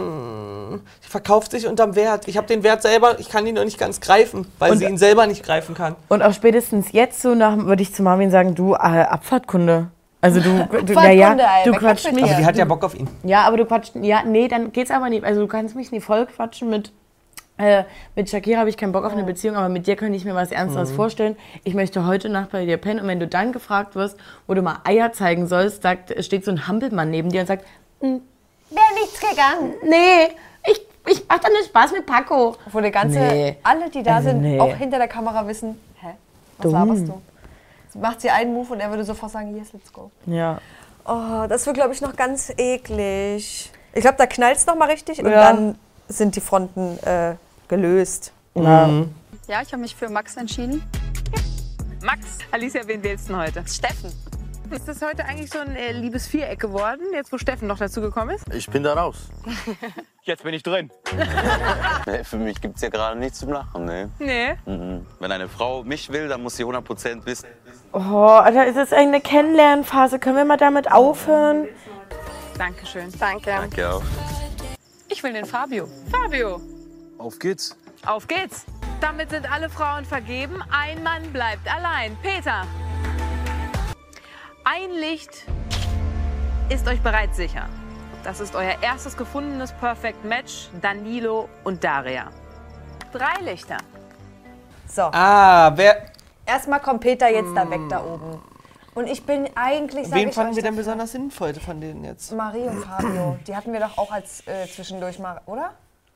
Sie verkauft sich unterm Wert. Ich habe den Wert selber, ich kann ihn noch nicht ganz greifen, weil Und- sie ihn selber nicht greifen kann. Und auch spätestens jetzt so würde ich zu Marvin sagen, du, Abfahrtkunde. Also du Abfahrtkunde, naja, ey, du weg quatscht mit mich. Aber die hat ja Bock auf ihn. Ja, aber du quatscht, ja, nee, dann geht's aber nicht. Also du kannst mich nicht voll quatschen mit Shakira habe ich keinen Bock auf eine Beziehung, aber mit dir könnte ich mir was Ernsteres vorstellen. Ich möchte heute Nacht bei dir pennen und wenn du dann gefragt wirst, wo du mal Eier zeigen sollst, steht so ein Hampelmann neben dir und sagt, Wäre nichts gegangen. nee, ich mach doch nur Spaß mit Paco. Wo die ganze, Nee. alle, die da Also sind, nee. auch hinter der Kamera wissen, hä, was Dumm. laberst du? Macht sie einen Move und er würde sofort sagen, yes, let's go. Ja. Oh, das wird, glaube ich, noch ganz eklig. Ich glaube, da knallt es noch mal richtig und Ja. dann sind die Fronten gelöst. Ja. Ja, ich habe mich für Max entschieden. Max, Alicia, wen wählst du denn heute? Steffen. Ist das heute eigentlich so ein liebes Viereck geworden, jetzt wo Steffen noch dazugekommen ist? Ich bin da raus. Jetzt bin ich drin. Nee, für mich gibt's ja gerade nichts zum Lachen, ne? Nee. Wenn eine Frau mich will, dann muss sie 100% wissen. Oh, Alter, ist das eine Kennenlernphase? Können wir mal damit aufhören? Dankeschön. Danke. Danke auch. Ich will den Fabio. Fabio, Auf geht's. auf geht's. Damit sind alle Frauen vergeben. Ein Mann bleibt allein. Peter. Ein Licht ist euch bereits sicher. Das ist euer erstes gefundenes Perfect Match, Danilo und Daria. 3 Lichter. So, Ah, erstmal kommt Peter jetzt da weg da oben. Und ich bin eigentlich, sag wen ich fanden euch, wir denn besonders sinnvoll von denen jetzt? Marie und Fabio, die hatten wir doch auch als zwischendurch mal, oder?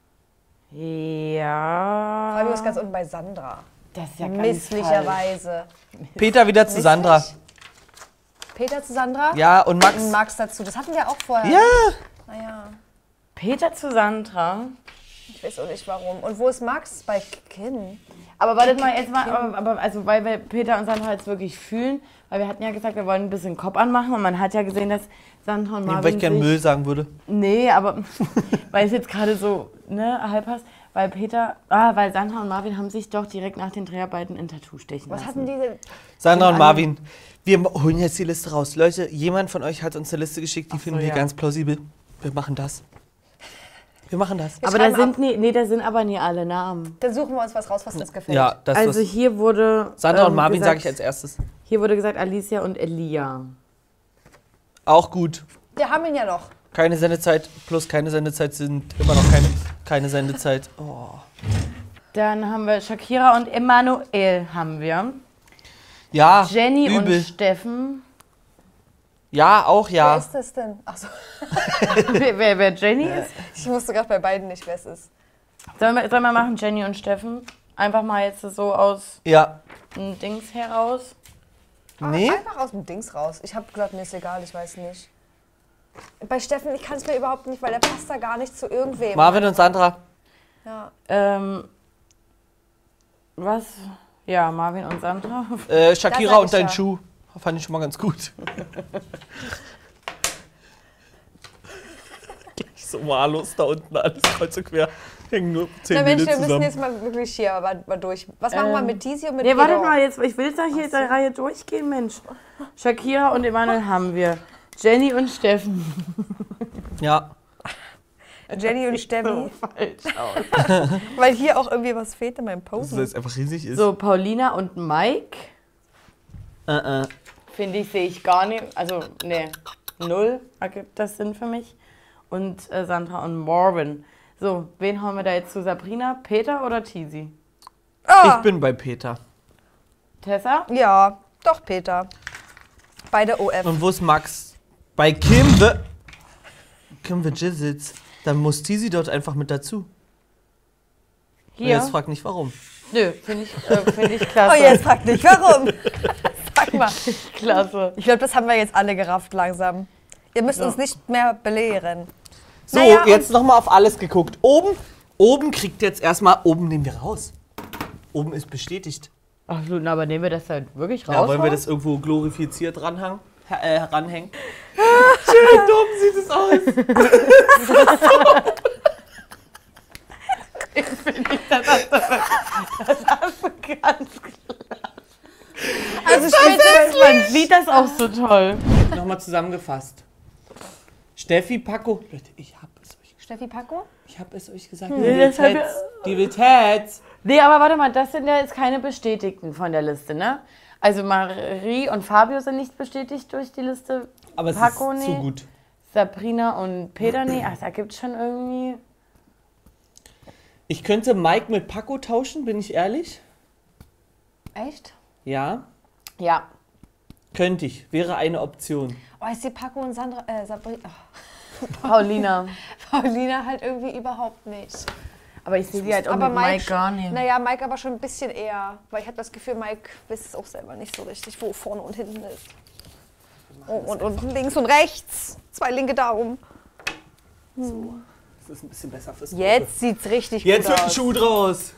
Ja. Fabio ist ganz unten bei Sandra. Das ist ja ganz Misslicherweise. Peter wieder zu Sandra. Peter zu Sandra? Ja, und Max. Und Max dazu. Das hatten wir auch vorher. Ja. Naja, Peter zu Sandra. ich weiß auch nicht warum. Und wo ist Max? Bei Kim. Aber wartet mal, jetzt mal, aber also weil wir Peter und Sandra jetzt wirklich fühlen, weil wir hatten ja gesagt, wir wollen ein bisschen Kopf anmachen und man hat ja gesehen, dass Sandra und Marvin Weil ich gerne sich- Müll sagen würde. Nee, aber weil es jetzt gerade so halb passt, weil weil Sandra und Marvin haben sich doch direkt nach den Dreharbeiten in Tattoo stechen Was lassen. hatten die denn? Sandra und alle- Marvin, wir holen jetzt die Liste raus. Leute, jemand von euch hat uns eine Liste geschickt, die finden wir ja. ganz plausibel. Wir machen das. Wir machen das. Aber da sind, da sind aber nie alle Namen. Dann suchen wir uns was raus, was uns gefällt. Ja, das Also ist hier wurde Sandra und Marvin gesagt- sage ich als erstes. Hier wurde gesagt Alicia und Elia. Auch gut. Wir haben ihn ja noch. Keine Sendezeit plus keine Sendezeit sind immer noch keine Sendezeit. Oh. Dann haben wir Shakira und Emanuel haben wir. Ja, Jenny übel. und Steffen. Ja, auch ja. Wer ist das denn? Achso. wer Jenny ist? Ich wusste gerade bei beiden nicht, wer es ist. Sollen wir machen, Jenny und Steffen? Einfach mal jetzt so aus dem Dings heraus. Nee? Einfach aus dem Dings raus. Ich habe gesagt, mir ist egal, ich weiß nicht. Bei Steffen, ich kann es mir überhaupt nicht, weil der passt da gar nicht zu irgendwem. Marvin und Sandra. Ja. Was? Ja, Marvin und Sandra. Shakira und dein Schuh. Fand ich schon mal ganz gut. Gleich so malus da unten, alles kreuz und quer. Hängen nur 10 Na Mensch, Minuten wir zusammen. müssen jetzt mal wirklich hier mal durch. Was machen wir mit Tizi und mit Nee, warte Pedro? mal, jetzt, ich will jetzt hier in der Reihe durchgehen, Mensch. Shakira und Emanuel haben wir. Jenny und Steffen. Ja. Jenny und Steffi. Falsch aus. Weil hier auch irgendwie was fehlt in meinem Post. Dass es einfach riesig ist. So, Paulina und Mike. Finde ich, sehe ich gar nicht. Also, nee, 0 ergibt das Sinn für mich. Und Sandra und Marvin. So, wen haben wir da jetzt zu? Sabrina, Peter oder Tizi? Ich bin bei Peter. Tessa? Ja, doch Peter. Beide OF. Und wo ist Max? Bei Kim the Jizzits. Dann muss Tizi dort einfach mit dazu. Hier? Und jetzt frag nicht warum. Nö, finde ich klasse. Oh, jetzt frag nicht warum. Sag mal. Klasse. Ich glaube, das haben wir jetzt alle gerafft langsam. Ihr müsst uns nicht mehr belehren. So, Naja, jetzt nochmal auf alles geguckt. Oben kriegt jetzt erstmal, oben nehmen wir raus. Oben ist bestätigt. Ach so, na, aber nehmen wir das halt wirklich raus? Ja, wollen wir das irgendwo glorifiziert ranhängen? Schön dumm sieht es aus. Ich finde nicht, das hast du ganz klar. Also später, man sieht das auch so toll. Nochmal zusammengefasst. Steffi, Paco. Leute, ich hab es euch gesagt. Steffi Paco? Ich hab es euch gesagt. Die Vitets. Nee, aber warte mal, das sind ja jetzt keine Bestätigten von der Liste, ne? Also Marie und Fabio sind nicht bestätigt durch die Liste. Aber es Paco, ist zu gut. Sabrina und Peter, nee. Ach, da gibt's schon irgendwie... Ich könnte Mike mit Paco tauschen, bin ich ehrlich? Echt? Ja. Ja. Könnte ich. Wäre eine Option. Oh, ich sehe Paco und Sabrina. Paulina. Paulina halt irgendwie überhaupt nicht. Aber ich sehe sie halt auch Aber mit Mike gar nicht. Naja, Mike aber schon ein bisschen eher. Weil ich habe das Gefühl, Mike weiß es auch selber nicht so richtig, wo vorne und hinten ist. Oh, und links und rechts. 2 linke Daumen. So. Das ist ein bisschen besser fürs Auge. Jetzt sieht's richtig gut aus. Jetzt wird ein Schuh draus.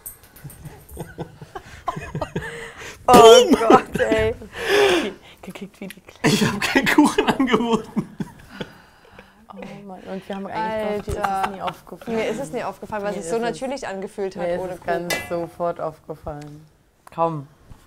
Oh Gott, ey. Gekickt wie die Kleine. Ich habe keinen Kuchen angeboten. Oh Mann, und wir haben eigentlich gedacht, dir ist es nie aufgefallen. Mir ist es nie aufgefallen, weil es sich so natürlich angefühlt hat Mir ohne ist es Kuchen. ganz sofort aufgefallen. Kaum.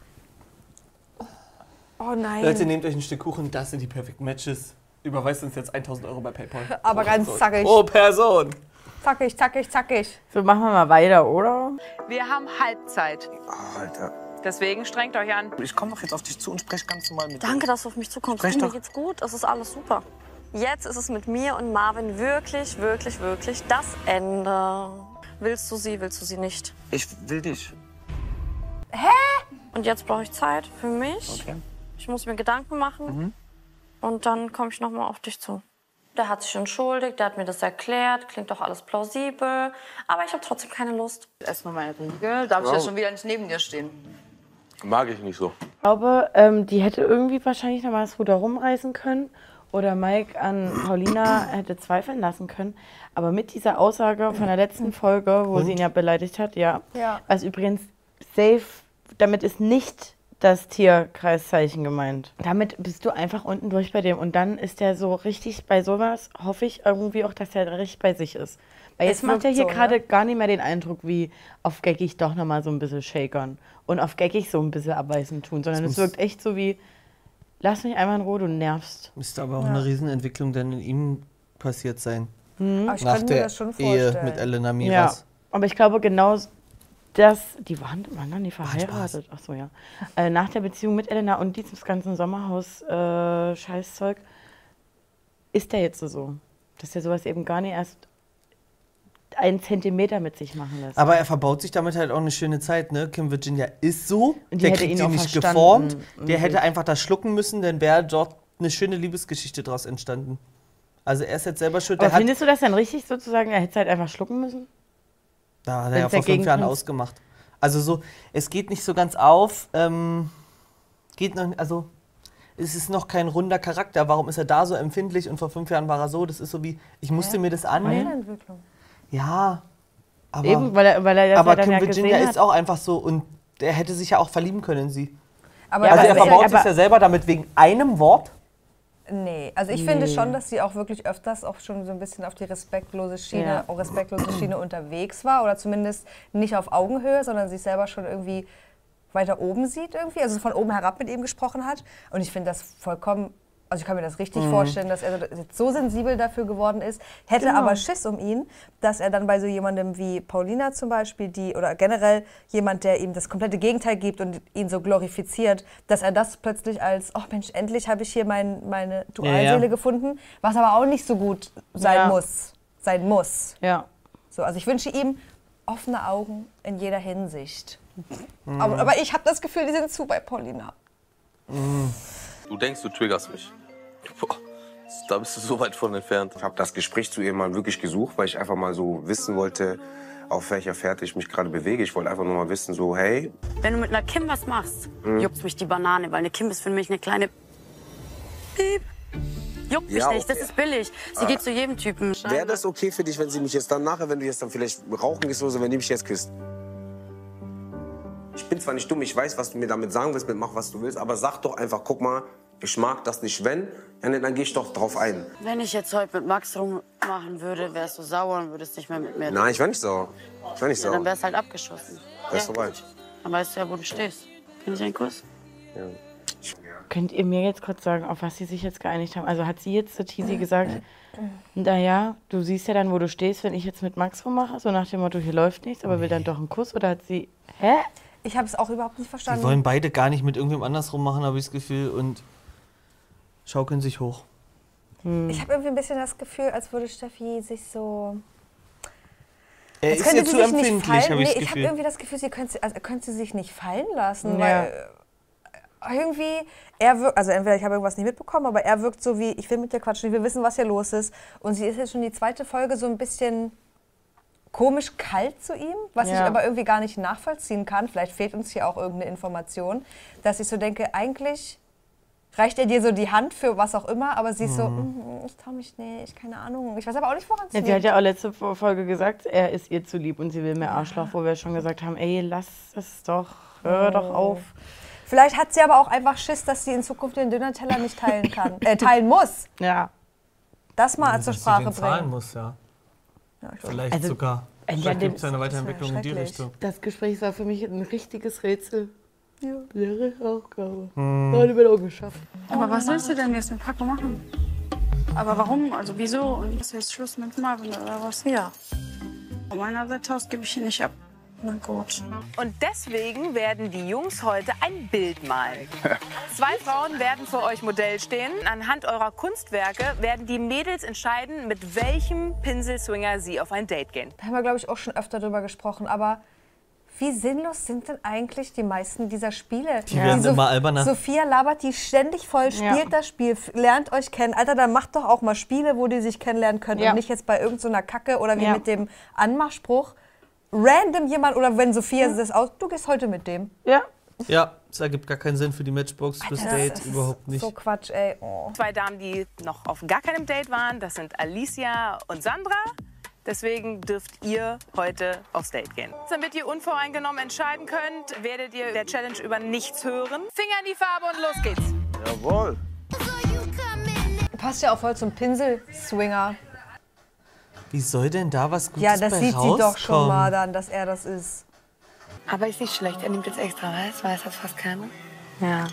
Oh nein. Leute, nehmt euch ein Stück Kuchen, das sind die Perfect Matches. Überweist uns jetzt 1.000 € bei PayPal. Aber ganz zackig. Pro Person. Zackig, zackig, zackig. So, machen wir mal weiter, oder? Wir haben Halbzeit. Alter. Deswegen strengt euch an. Ich komme doch jetzt auf dich zu und spreche ganz normal mit dir. Danke, dass du auf mich zukommst. Sprech Mir doch. geht's gut, es ist alles super. Jetzt ist es mit mir und Marvin wirklich, wirklich, wirklich das Ende. Willst du sie nicht? Ich will dich. Hä? Und jetzt brauche ich Zeit für mich. Okay. Ich muss mir Gedanken machen. Und dann komme ich nochmal auf dich zu. Der hat sich entschuldigt, der hat mir das erklärt, klingt doch alles plausibel. Aber ich habe trotzdem keine Lust. Erstmal meine Riegel. Darf ich ja schon wieder nicht neben dir stehen? Mag ich nicht so. Ich glaube, die hätte irgendwie wahrscheinlich noch mal das Ruder rumreißen können. Oder Mike an Paulina hätte zweifeln lassen können. Aber mit dieser Aussage von der letzten Folge, wo sie ihn ja beleidigt hat, ja. Was übrigens safe, damit ist nicht das Tierkreiszeichen gemeint. Damit bist du einfach unten durch bei dem. Und dann ist der so richtig bei sowas, hoffe ich irgendwie auch, dass er richtig bei sich ist. Weil jetzt macht er hier gerade gar nicht mehr den Eindruck, wie auf geckig doch nochmal so ein bisschen shakern. Und auf geckig so ein bisschen abweisen tun. Sondern es wirkt echt so wie, lass mich einmal in Ruhe, du nervst. Müsste aber auch eine Riesenentwicklung dann in ihm passiert sein. Aber ich Nach könnte mir der das schon Ehe vorstellen. mit Elena Ja, Miras. aber ich glaube genau das, die waren dann nie verheiratet. Ach so, ja. Nach der Beziehung mit Elena und diesem ganzen Sommerhaus-Scheißzeug ist der jetzt so, dass der sowas eben gar nicht erst 1 Zentimeter mit sich machen lässt. Aber er verbaut sich damit halt auch eine schöne Zeit, ne? Kim Virginia ist so, Und die der hätte kriegt ihn sie auch nicht verstanden. geformt, der Mhm. hätte einfach das schlucken müssen, dann wäre dort eine schöne Liebesgeschichte daraus entstanden. Also er ist jetzt selber schuld. Aber findest du das dann richtig sozusagen? Er hätte es halt einfach schlucken müssen? Da hat er ja vor 5 Jahren ausgemacht. Also so, es geht nicht so ganz auf. Es ist noch kein runder Charakter. Warum ist er da so empfindlich und vor 5 Jahren war er so? Das ist so wie, ich musste mir das annehmen. Ja, aber, eben, weil er das aber ja Kim dann Virginia gesehen ist auch einfach so und er hätte sich ja auch verlieben können in sie. Aber also er verbaut sich ja selber damit wegen einem Wort. Nee, also ich finde schon, dass sie auch wirklich öfters auch schon so ein bisschen auf die respektlose Schiene unterwegs war oder zumindest nicht auf Augenhöhe, sondern sich selber schon irgendwie weiter oben sieht irgendwie, also von oben herab mit ihm gesprochen hat. Und ich finde das vollkommen, also ich kann mir das richtig vorstellen, dass er jetzt so sensibel dafür geworden ist, hätte aber Schiss um ihn, dass er dann bei so jemandem wie Paulina zum Beispiel, oder generell jemand, der ihm das komplette Gegenteil gibt und ihn so glorifiziert, dass er das plötzlich als, oh Mensch, endlich habe ich hier meine Dualseele gefunden, was aber auch nicht so gut sein muss. Ja. So, also ich wünsche ihm offene Augen in jeder Hinsicht. Aber ich habe das Gefühl, die sind zu bei Paulina. Du denkst, du triggerst mich. Boah, da bist du so weit von entfernt. Ich habe das Gespräch zu ihr mal wirklich gesucht, weil ich einfach mal so wissen wollte, auf welcher Fährte ich mich gerade bewege. Ich wollte einfach nur mal wissen, so hey. Wenn du mit einer Kim was machst, juckt mich die Banane, weil eine Kim ist für mich eine kleine Piep. Juckt mich nicht, das ist billig. Sie geht zu jedem Typen. Wäre das okay für dich, wenn sie mich jetzt dann nachher, wenn du jetzt dann vielleicht rauchen gehst oder so, wenn die mich jetzt küsst? Ich bin zwar nicht dumm, ich weiß, was du mir damit sagen willst, mach, was du willst, aber sag doch einfach, guck mal, ich mag das nicht, wenn, ja, dann geh ich doch drauf ein. Wenn ich jetzt heute mit Max rummachen würde, wärst du sauer und würdest nicht mehr mit mir. Nein, ich wär nicht sauer. Ja, dann wär's halt abgeschossen. Wär's vorbei. Dann weißt du ja, wo du stehst. Kenn ich einen Kuss? Ja. Könnt ihr mir jetzt kurz sagen, auf was sie sich jetzt geeinigt haben? Also hat sie jetzt zu Tizi gesagt, naja, du siehst ja dann, wo du stehst, wenn ich jetzt mit Max rummache, so nach dem Motto, hier läuft nichts, aber will dann doch einen Kuss? Oder hat sie, Ich habe es auch überhaupt nicht verstanden. Die wollen beide gar nicht mit irgendwem anders rummachen, habe ich das Gefühl, und schaukeln sich hoch. Ich habe irgendwie ein bisschen das Gefühl, als würde Steffi sich so... Er ist ja zu empfindlich, habe ich das Gefühl. Ich habe irgendwie das Gefühl, könnte sie sich nicht fallen lassen, Ja. weil irgendwie, er wirkt, also entweder ich habe irgendwas nicht mitbekommen, aber er wirkt so wie, ich will mit dir quatschen, ich will wissen, was hier los ist. Und sie ist jetzt schon die 2. Folge so ein bisschen komisch kalt zu ihm, was ich aber irgendwie gar nicht nachvollziehen kann. Vielleicht fehlt uns hier auch irgendeine Information, dass ich so denke, eigentlich reicht er dir so die Hand für was auch immer, aber sie ist so, ich trau mich nicht, keine Ahnung. Ich weiß aber auch nicht, woran es liegt. sie hat ja auch letzte Folge gesagt, er ist ihr zu lieb und sie will mehr Arschloch, wo wir schon gesagt haben, ey, lass es doch, hör doch auf. Vielleicht hat sie aber auch einfach Schiss, dass sie in Zukunft den Döner-Teller nicht teilen muss. Ja. Das mal zur Sprache bringen. Zahlen muss, ja. Vielleicht also, sogar. Vielleicht gibt es eine Weiterentwicklung in die Richtung. Das Gespräch war für mich ein richtiges Rätsel. Ja. Leere Aufgabe. Heute wird auch geschafft. Aber was willst du denn jetzt mit Paco machen? Aber warum? Also wieso? Und ist jetzt Schluss mit Marvin oder was? Ja. Von meiner Seite aus gebe ich ihn nicht ab. Na gut. Und deswegen werden die Jungs heute ein Bild malen. 2 Frauen werden vor euch Modell stehen. Anhand eurer Kunstwerke werden die Mädels entscheiden, mit welchem Pinselswinger sie auf ein Date gehen. Da haben wir, glaube ich, auch schon öfter drüber gesprochen. Aber wie sinnlos sind denn eigentlich die meisten dieser Spiele? Die werden immer alberner. Sophia labert die ständig voll, spielt das Spiel, lernt euch kennen. Alter, dann macht doch auch mal Spiele, wo die sich kennenlernen können und nicht jetzt bei irgendeiner Kacke oder wie mit dem Anmachspruch. Random jemand, oder wenn Sophia das aus, du gehst heute mit dem. Ja. Ja, das ergibt gar keinen Sinn für die Matchbox, fürs Date, überhaupt nicht. So Quatsch, ey. Oh. 2 Damen, die noch auf gar keinem Date waren, das sind Alicia und Sandra. Deswegen dürft ihr heute aufs Date gehen. Damit ihr unvoreingenommen entscheiden könnt, werdet ihr der Challenge über nichts hören. Finger in die Farbe und los geht's. Jawohl. Passt ja auch voll zum Pinsel-Swinger. Wie soll denn da was Gutes Ja, das bei sieht rauskommen? sie doch schon mal dann, dass er das ist. Aber ist nicht schlecht, er nimmt jetzt extra weiß hat fast keiner. Ja.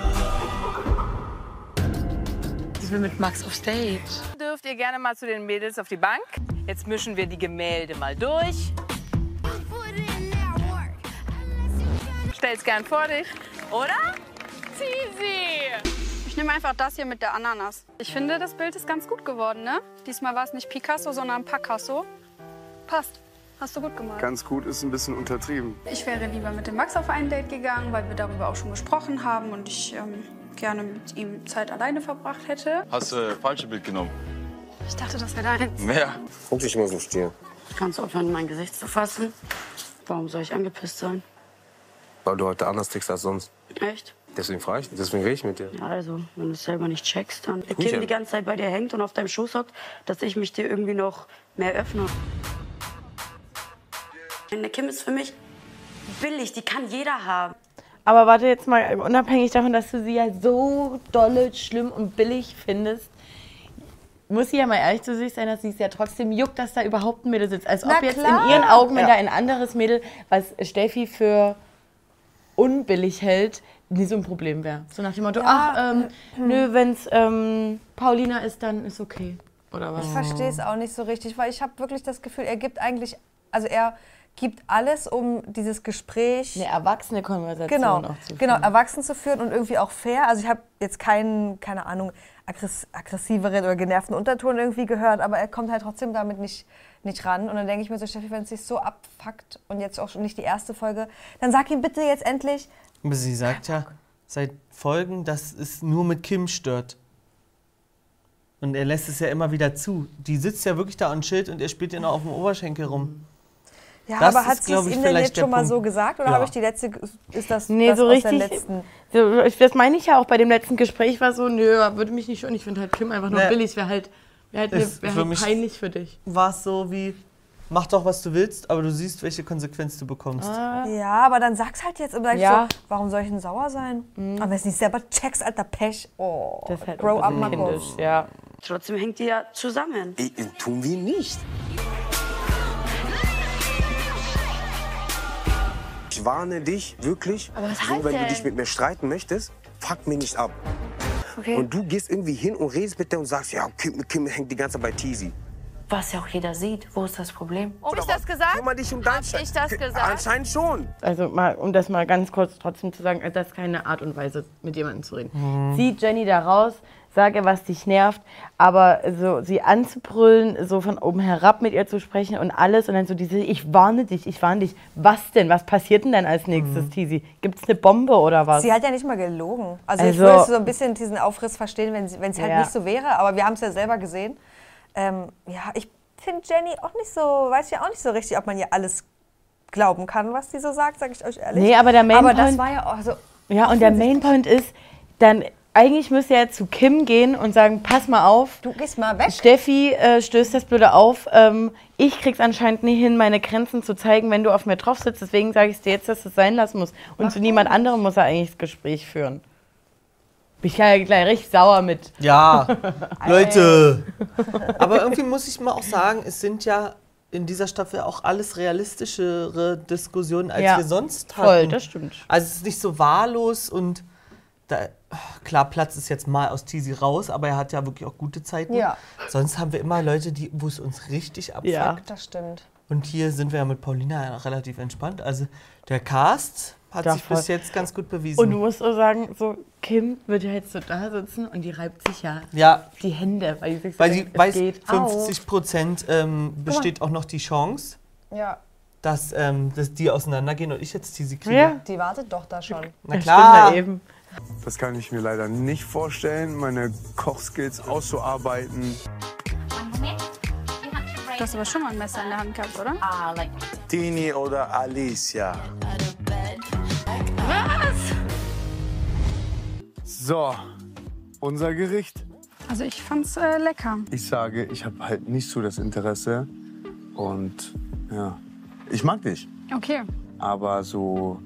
Ich will mit Max aufs Date. Dürft ihr gerne mal zu den Mädels auf die Bank. Jetzt mischen wir die Gemälde mal durch. Stell's gern vor dich, oder? Zizi! Ich nehme einfach das hier mit der Ananas. Ich finde, das Bild ist ganz gut geworden, ne? Diesmal war es nicht Picasso, sondern Picasso. Passt. Hast du gut gemacht. Ganz gut ist ein bisschen untertrieben. Ich wäre lieber mit dem Max auf ein Date gegangen, weil wir darüber auch schon gesprochen haben. Und ich gerne mit ihm Zeit alleine verbracht hätte. Hast du falsche Bild genommen? Ich dachte, das wäre dein. Wer? Guck dich mal so still. Kannst du aufhören, mein Gesicht zu fassen? Warum soll ich angepisst sein? Weil du heute anders tickst als sonst. Echt? Deswegen frage ich, deswegen rede ich mit dir. Ja, also, wenn du es selber nicht checkst, dann ich Kim ja. die ganze Zeit bei dir hängt und auf deinem Schoß hockt, dass ich mich dir irgendwie noch mehr öffne. Eine Kim ist für mich billig, die kann jeder haben. Aber warte jetzt mal, unabhängig davon, dass du sie ja so dolle, schlimm und billig findest, muss sie ja mal ehrlich zu sich sein, dass sie es ja trotzdem juckt, dass da überhaupt ein Mädel sitzt. Als ob jetzt in ihren Augen, wenn da ein anderes Mädel, was Steffi für unbillig hält, nie so ein Problem wäre. So nach dem Motto, nö, wenn's Paulina ist, dann ist okay. Oder was? Ich verstehe es auch nicht so richtig, weil ich habe wirklich das Gefühl, er gibt eigentlich, also er gibt alles, um dieses Gespräch... Eine erwachsene Konversation auch zu führen. Genau, erwachsen zu führen und irgendwie auch fair. Also ich habe jetzt keinen, keine Ahnung, aggressiveren oder genervten Unterton irgendwie gehört, aber er kommt halt trotzdem damit nicht ran. Und dann denke ich mir so, Steffi, wenn es sich so abfuckt und jetzt auch schon nicht die erste Folge, dann sag ihm bitte jetzt endlich... Aber sie sagt ja seit Folgen, dass es nur mit Kim stört. Und er lässt es ja immer wieder zu. Die sitzt ja wirklich da und chillt und er spielt ihr noch auf dem Oberschenkel rum. Ja, das aber hat ist, sie es ihm denn jetzt schon mal so gesagt? Oder habe ich die letzte, ist das, nee, das so aus richtig, der letzten... So, das meine ich ja auch bei dem letzten Gespräch, war so, nö, würde mich nicht schon. Ich finde halt Kim einfach nur billig, wäre halt peinlich für dich. War es so wie, mach doch, was du willst, aber du siehst, welche Konsequenz du bekommst. Ja, aber dann sag's halt jetzt immer so, warum soll ich denn sauer sein? Aber wenn es nicht selber checkst, alter Pech, das ist halt grow up, Marco. Ja. Trotzdem hängt die ja zusammen. Tun wir nicht. Ich warne dich wirklich, Aber was so, heißt wenn du denn? dich mit mir streiten möchtest, fuck mich nicht ab. Okay. Und du gehst irgendwie hin und redest mit der und sagst, ja, Kim hängt die ganze Zeit bei Teasy. Was ja auch jeder sieht. Wo ist das Problem? Hab ich das gesagt? Kümmere dich um dein Hab ich das gesagt? Anscheinend schon. Also mal, um das mal ganz kurz trotzdem zu sagen, das ist keine Art und Weise, mit jemandem zu reden. Zieh Jenny da raus, sag ihr, was dich nervt, aber so sie anzubrüllen, so von oben herab mit ihr zu sprechen und alles und dann so diese, ich warne dich. Was denn? Was passiert denn dann als nächstes, Tizi? Gibt's eine Bombe oder was? Sie hat ja nicht mal gelogen. Also ich würde so ein bisschen diesen Aufriss verstehen, wenn es halt nicht so wäre, aber wir haben es ja selber gesehen. Ja, ich finde Jenny auch nicht so, weiß ja auch nicht so richtig, ob man ihr alles glauben kann, was sie so sagt, sage ich euch ehrlich. Nee, aber der Mainpoint... das war ja auch so... Ja, und der Mainpoint ist, dann eigentlich müsste er zu Kim gehen und sagen, pass mal auf. Du gehst mal weg. Steffi stößt das Blöde auf. Ich krieg's anscheinend nie hin, meine Grenzen zu zeigen, wenn du auf mir drauf sitzt. Deswegen sage ich dir jetzt, dass es sein lassen muss. Und zu niemand anderem muss er eigentlich das Gespräch führen. Bin ich ja gleich richtig sauer mit. Ja, Leute. Aber irgendwie muss ich mal auch sagen, es sind ja in dieser Staffel auch alles realistischere Diskussionen, als wir sonst hatten. Voll, das stimmt. Also es ist nicht so wahllos und da, klar, Platz ist jetzt mal aus Teasy raus, aber er hat ja wirklich auch gute Zeiten. Ja. Sonst haben wir immer Leute, wo es uns richtig abfuckt. Ja, das stimmt. Und hier sind wir ja mit Paulina relativ entspannt. Also der Cast hat sich bis jetzt ganz gut bewiesen. Und du musst auch sagen, so Kim wird ja jetzt so da sitzen und die reibt sich ja die Hände, weil sie weiß, 50% besteht auch noch die Chance, dass die auseinandergehen und ich jetzt Teasy kriege. Ja. Die wartet doch da schon. Na klar. Da eben. Das kann ich mir leider nicht vorstellen, meine Kochskills auszuarbeiten. Du hast aber schon mal ein Messer in der Hand gehabt, oder? Tini oder Alicia? Was? So, unser Gericht. Also ich fand's lecker. Ich sage, ich habe halt nicht so das Interesse und ja, ich mag dich. Okay. Aber so,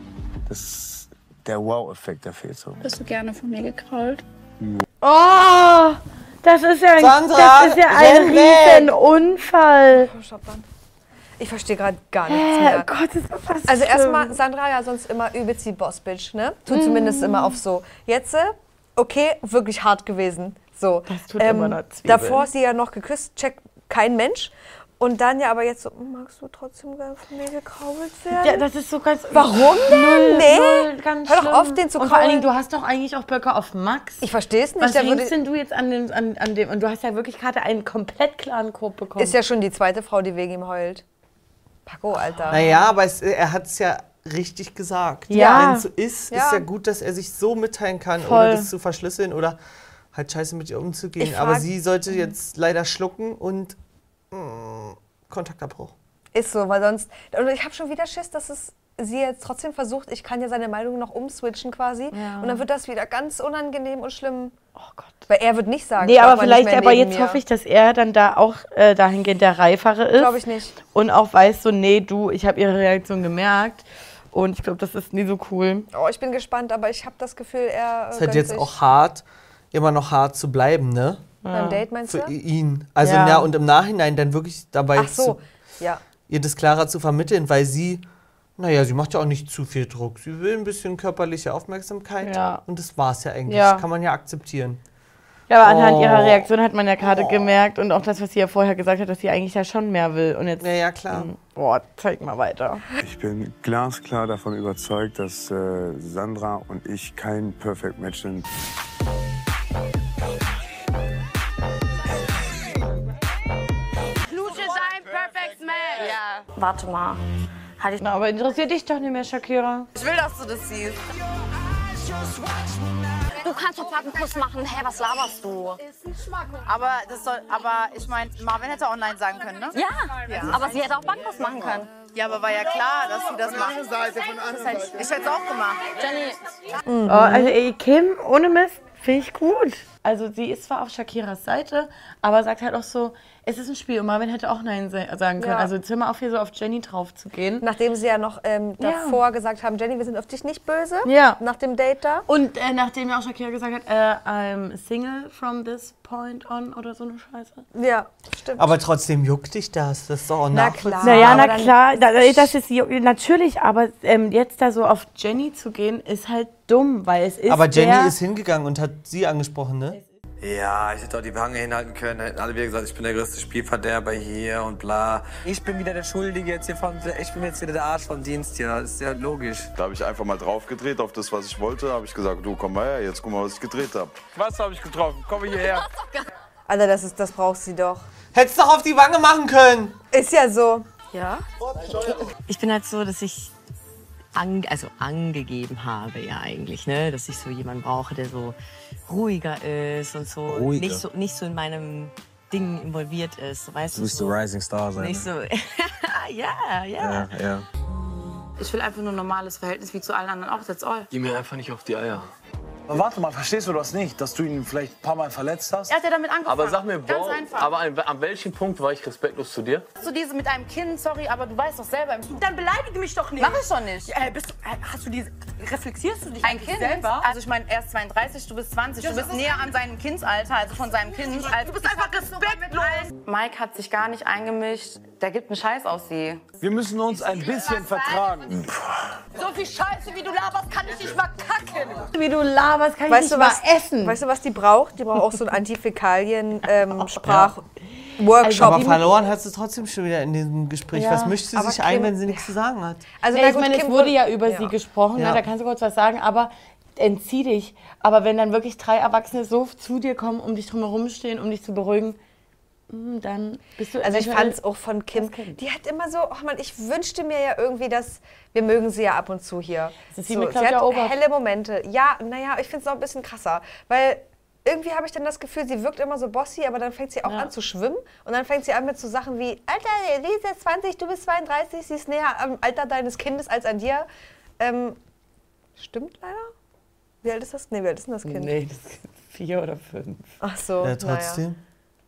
der Wow-Effekt, der fehlt so. Bist du gerne von mir gekrollt? Oh, das ist ja Sandra, ein Riesenunfall. Ich verstehe gerade gar nichts mehr. Gott, das war fast also schlimm. erstmal, Sandra ja sonst immer übelst die Boss-Bitch, ne? Tut zumindest immer auf so. Jetzt, okay, wirklich hart gewesen. So. Das tut immer noch Zwiebeln. Davor ist sie ja noch geküsst, checkt kein Mensch. Und dann ja aber jetzt so, magst du trotzdem gerne von mir gekrault werden? Ja, das ist so ganz... Warum denn? Nee, ganz hör doch schlimm. auf, den zu Und vor allen Dingen, kraulen. du hast doch eigentlich auch Böcke auf Max. Ich verstehe es nicht. Was der hängst denn du jetzt an dem... Und du hast ja wirklich gerade einen komplett klaren Korb bekommen. Ist ja schon die zweite Frau, die wegen ihm heult. Paco, Alter. Naja, aber er hat es ja richtig gesagt. Ja. Wenn es so ist ja gut, dass er sich so mitteilen kann, Voll. ohne das zu verschlüsseln oder halt scheiße mit ihr umzugehen. Aber sie sollte jetzt leider schlucken und Kontaktabbruch. Ist so, weil sonst... Und ich habe schon wieder Schiss, dass es sie jetzt trotzdem versucht, ich kann ja seine Meinung noch umswitchen quasi. Ja. Und dann wird das wieder ganz unangenehm und schlimm. Oh Gott. Weil er wird nicht sagen, nee, aber vielleicht, aber jetzt hoffe ich, dass er dann da auch dahingehend der Reifere ist. Glaube ich nicht. Und auch weiß so, nee, du, ich habe ihre Reaktion gemerkt. Und ich glaube, das ist nie so cool. Oh, ich bin gespannt, aber ich habe das Gefühl, er ist halt jetzt auch hart, immer noch hart zu bleiben, ne? Beim Date meinst du? Für ihn. Also ja, und im Nachhinein dann wirklich dabei ihr das klarer zu vermitteln, weil sie, naja, sie macht ja auch nicht zu viel Druck. Sie will ein bisschen körperliche Aufmerksamkeit. Ja. Und das war's ja eigentlich. Das kann man ja akzeptieren. Ja, aber anhand ihrer Reaktion hat man ja gerade gemerkt und auch das, was sie ja vorher gesagt hat, dass sie eigentlich ja schon mehr will. Und jetzt, ja, klar. Boah, zeig mal weiter. Ich bin glasklar davon überzeugt, dass Sandra und ich kein Perfect Match sind. Ja. Warte mal. Na, aber interessiert dich doch nicht mehr, Shakira. Ich will, dass du das siehst. Du kannst doch Backenkuss machen. Hä, was laberst du? Aber ich meine, Marvin hätte auch Nein sagen können, ne? Ja. Aber sie hätte auch Backenkuss machen können. Ja, aber war ja klar, dass sie das macht. Ich hätte es auch gemacht. Jenny. Oh, also ey, Kim, ohne Mist, finde ich gut. Also sie ist zwar auf Shakiras Seite, aber sagt halt auch so, es ist ein Spiel und Marvin hätte auch Nein sagen können. Ja. Also jetzt hör mal auf, hier so auf Jenny drauf zu gehen. Nachdem sie ja noch davor gesagt haben, Jenny, wir sind auf dich nicht böse. Ja. Nach dem Date da. Und nachdem ja auch Shakira gesagt hat, I'm single from this point on oder so eine Scheiße. Ja, stimmt. Aber trotzdem juckt dich das. Das ist doch auch nachvollziehbar. Naja, na klar, das ist natürlich, aber jetzt da so auf Jenny zu gehen, ist halt dumm, weil es ist. Aber Jenny ist hingegangen und hat sie angesprochen, ne? Ja, ich hätte auch die Wange hinhalten können. Hätten alle wieder gesagt, ich bin der größte Spielverderber hier und bla. Ich bin wieder der Schuldige jetzt hier ich bin jetzt wieder der Arsch vom Dienst hier. Das ist ja logisch. Da habe ich einfach mal drauf gedreht auf das, was ich wollte. Habe ich gesagt, du komm mal her, jetzt guck mal, was ich gedreht habe. Was habe ich getroffen? Komm hierher. Alter, das braucht sie doch. Hättest doch auf die Wange machen können. Ist ja so. Ja. Ich bin halt so, dass ich angegeben habe ja eigentlich, ne, dass ich so jemanden brauche, der so ruhiger ist und so nicht so in meinem Ding involviert ist, weißt du? Du bist so Rising Star sein. Nicht so. ja. Ich will einfach nur ein normales Verhältnis wie zu allen anderen auch, that's all. Geh mir einfach nicht auf die Eier. Aber warte mal, verstehst du das nicht, dass du ihn vielleicht ein paar Mal verletzt hast? Er hat ja damit angefangen. Aber sag mir, ganz einfach. Aber an welchem Punkt war ich respektlos zu dir? So diese mit einem Kind, sorry, aber du weißt doch selber. Dann beleidige mich doch nicht. Mach ich doch nicht. Reflektierst du dich ein Kind selber? Also ich meine, er ist 32, du bist 20. Du bist näher an seinem Kindsalter, also von seinem Kind. Du bist einfach respektlos. Mike hat sich gar nicht eingemischt. Der gibt einen Scheiß auf sie. Wir müssen uns ein bisschen vertragen. So viel Scheiße, wie du laberst, kann ich nicht mal kacken. Wie du laberst, kann ich nicht mal essen. Weißt du, was die braucht? Die braucht auch so einen Antifäkalien-Sprach-Workshop. Aber verloren hat sie trotzdem schon wieder in diesem Gespräch. Ja. Was mischt sie sich ein, wenn sie nichts zu sagen hat? Also, ich meine, es wurde ja über sie gesprochen, ne? Da kannst du kurz was sagen, aber entzieh dich. Aber wenn dann wirklich 3 Erwachsene so zu dir kommen, um dich drumherum stehen, um dich zu beruhigen, dann bist du... Also ich fand es auch von Kim, die hat immer so, oh Mann, ich wünschte mir ja irgendwie, dass, wir mögen sie ja ab und zu hier. Das ist so, mit sie hat Obert. helle Momente. Ja, naja, ich finde es noch ein bisschen krasser, weil irgendwie habe ich dann das Gefühl, sie wirkt immer so bossy, aber dann fängt sie auch an zu schwimmen und dann fängt sie an mit so Sachen wie, Alter, sie ist jetzt 20, du bist 32, sie ist näher am Alter deines Kindes als an dir. Stimmt leider? Wie alt ist das? Nee, wie alt ist denn das Kind? Nee, das ist 4 oder 5. Ach so, ja, trotzdem. Naja.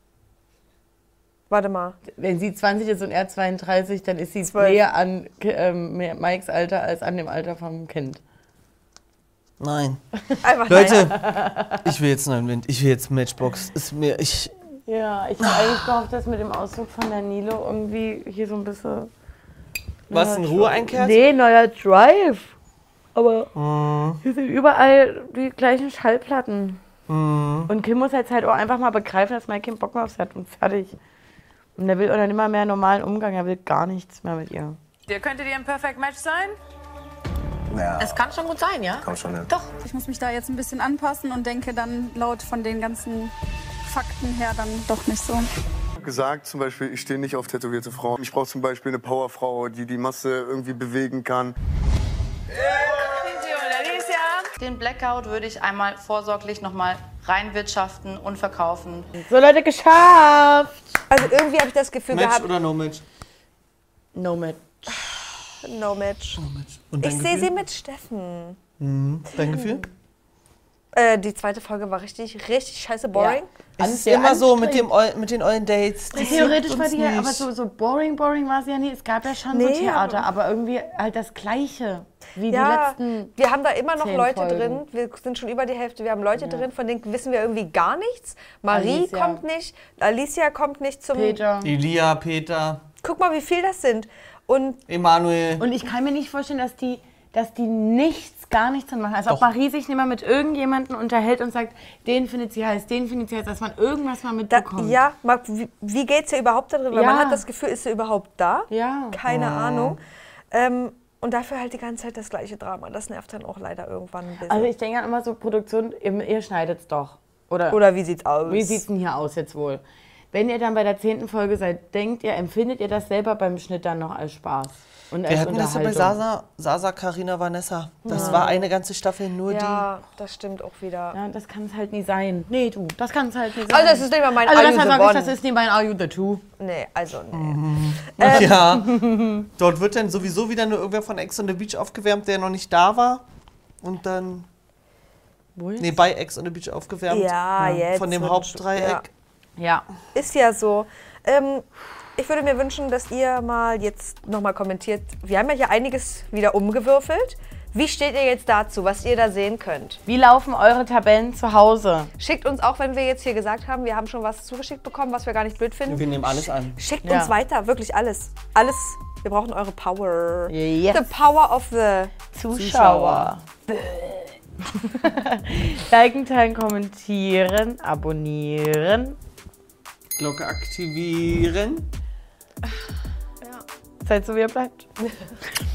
Warte mal. Wenn sie 20 ist und er 32, dann ist sie näher an Mikes Alter als an dem Alter vom Kind. Nein. Einfach Leute, nein. Ich will jetzt neuen Wind. Ich will jetzt Matchbox. Ja, ich habe eigentlich gehofft, dass mit dem Ausdruck von Danilo irgendwie hier so ein bisschen... Was, in Ruhe einkehrt? Nee, neuer Drive. Aber hier sind überall die gleichen Schallplatten. Und Kim muss jetzt halt auch einfach mal begreifen, dass Mike keinen Bock mehr auf sie hat und fertig. Und er will auch dann immer mehr normalen Umgang, er will gar nichts mehr mit ihr. Könntet ihr ein Perfect Match sein? Ja. Es kann schon gut sein, ja? Kann schon, ja. Doch, ich muss mich da jetzt ein bisschen anpassen und denke dann laut von den ganzen Fakten her dann doch nicht so. Gesagt, zum Beispiel, ich stehe nicht auf tätowierte Frauen. Ich brauche zum Beispiel eine Powerfrau, die die Masse irgendwie bewegen kann. Den Blackout würde ich einmal vorsorglich nochmal reinwirtschaften und verkaufen. So, Leute, geschafft! Also irgendwie habe ich das Gefühl Match gehabt... oder No Match? No Match. No Match. Und dein Ich sehe Gefühl? sie mit Steffen. Dein Gefühl? Die zweite Folge war richtig scheiße boring. Es ist immer so mit den ollen Dates. Theoretisch war die ja, aber so boring war sie ja nie. Es gab ja schon so Theater, aber irgendwie halt das Gleiche wie die letzten. Wir haben da immer noch 10 Leute Folgen. drin. Wir sind schon über die Hälfte. Wir haben Leute drin, von denen wissen wir irgendwie gar nichts. Marie Alicia. kommt nicht, Alicia kommt nicht zum... Peter. Elia, Peter, Guck mal, wie viel das sind. Und Emanuel. Und ich kann mir nicht vorstellen, dass die gar nichts drin machen. Als ob Doch. Marie sich nicht mal mit irgendjemandem unterhält und sagt, den findet sie heiß, dass man irgendwas mal mitbekommt. ja, Marc, wie geht's ihr überhaupt da drin? Weil Ja. man hat das Gefühl, ist sie überhaupt da? Ja. Keine Ahnung. Und dafür halt die ganze Zeit das gleiche Drama. Das nervt dann auch leider irgendwann ein bisschen. Also ich denke immer so, Produktion, ihr schneidet's doch. Oder wie sieht's aus? Wie sieht's denn hier aus jetzt wohl? Wenn ihr dann bei der 10. Folge seid, empfindet ihr das selber beim Schnitt dann noch als Spaß? Und als Wir hatten das ja bei Unterhaltung? Sasa, Carina, Vanessa. Das war eine ganze Staffel nur Ja, das stimmt auch wieder. Ja, das kann es halt nie sein. Nee, du, das kann es halt nie sein. Also das ist nicht mal mein Also Are You deshalb the sage ich, One? das ist nicht mein Are You the Two. Nee, also nee. Ja. Dort wird dann sowieso wieder nur irgendwer von Ex on the Beach aufgewärmt, der noch nicht da war. Und dann... bei Ex on the Beach aufgewärmt. Ja, jetzt von dem wird- Hauptdreieck. Ja. Ist ja so. Ich würde mir wünschen, dass ihr mal jetzt nochmal kommentiert. Wir haben ja hier einiges wieder umgewürfelt. Wie steht ihr jetzt dazu, was ihr da sehen könnt? Wie laufen eure Tabellen zu Hause? Schickt uns auch, wenn wir jetzt hier gesagt haben, wir haben schon was zugeschickt bekommen, was wir gar nicht blöd finden. Wir nehmen alles an. Schickt Ja. uns weiter, wirklich alles. Alles. Wir brauchen eure Power. Yes. The power of the Zuschauer. Liken, teilen, kommentieren, abonnieren. Glocke aktivieren. Seid so, wie ihr bleibt.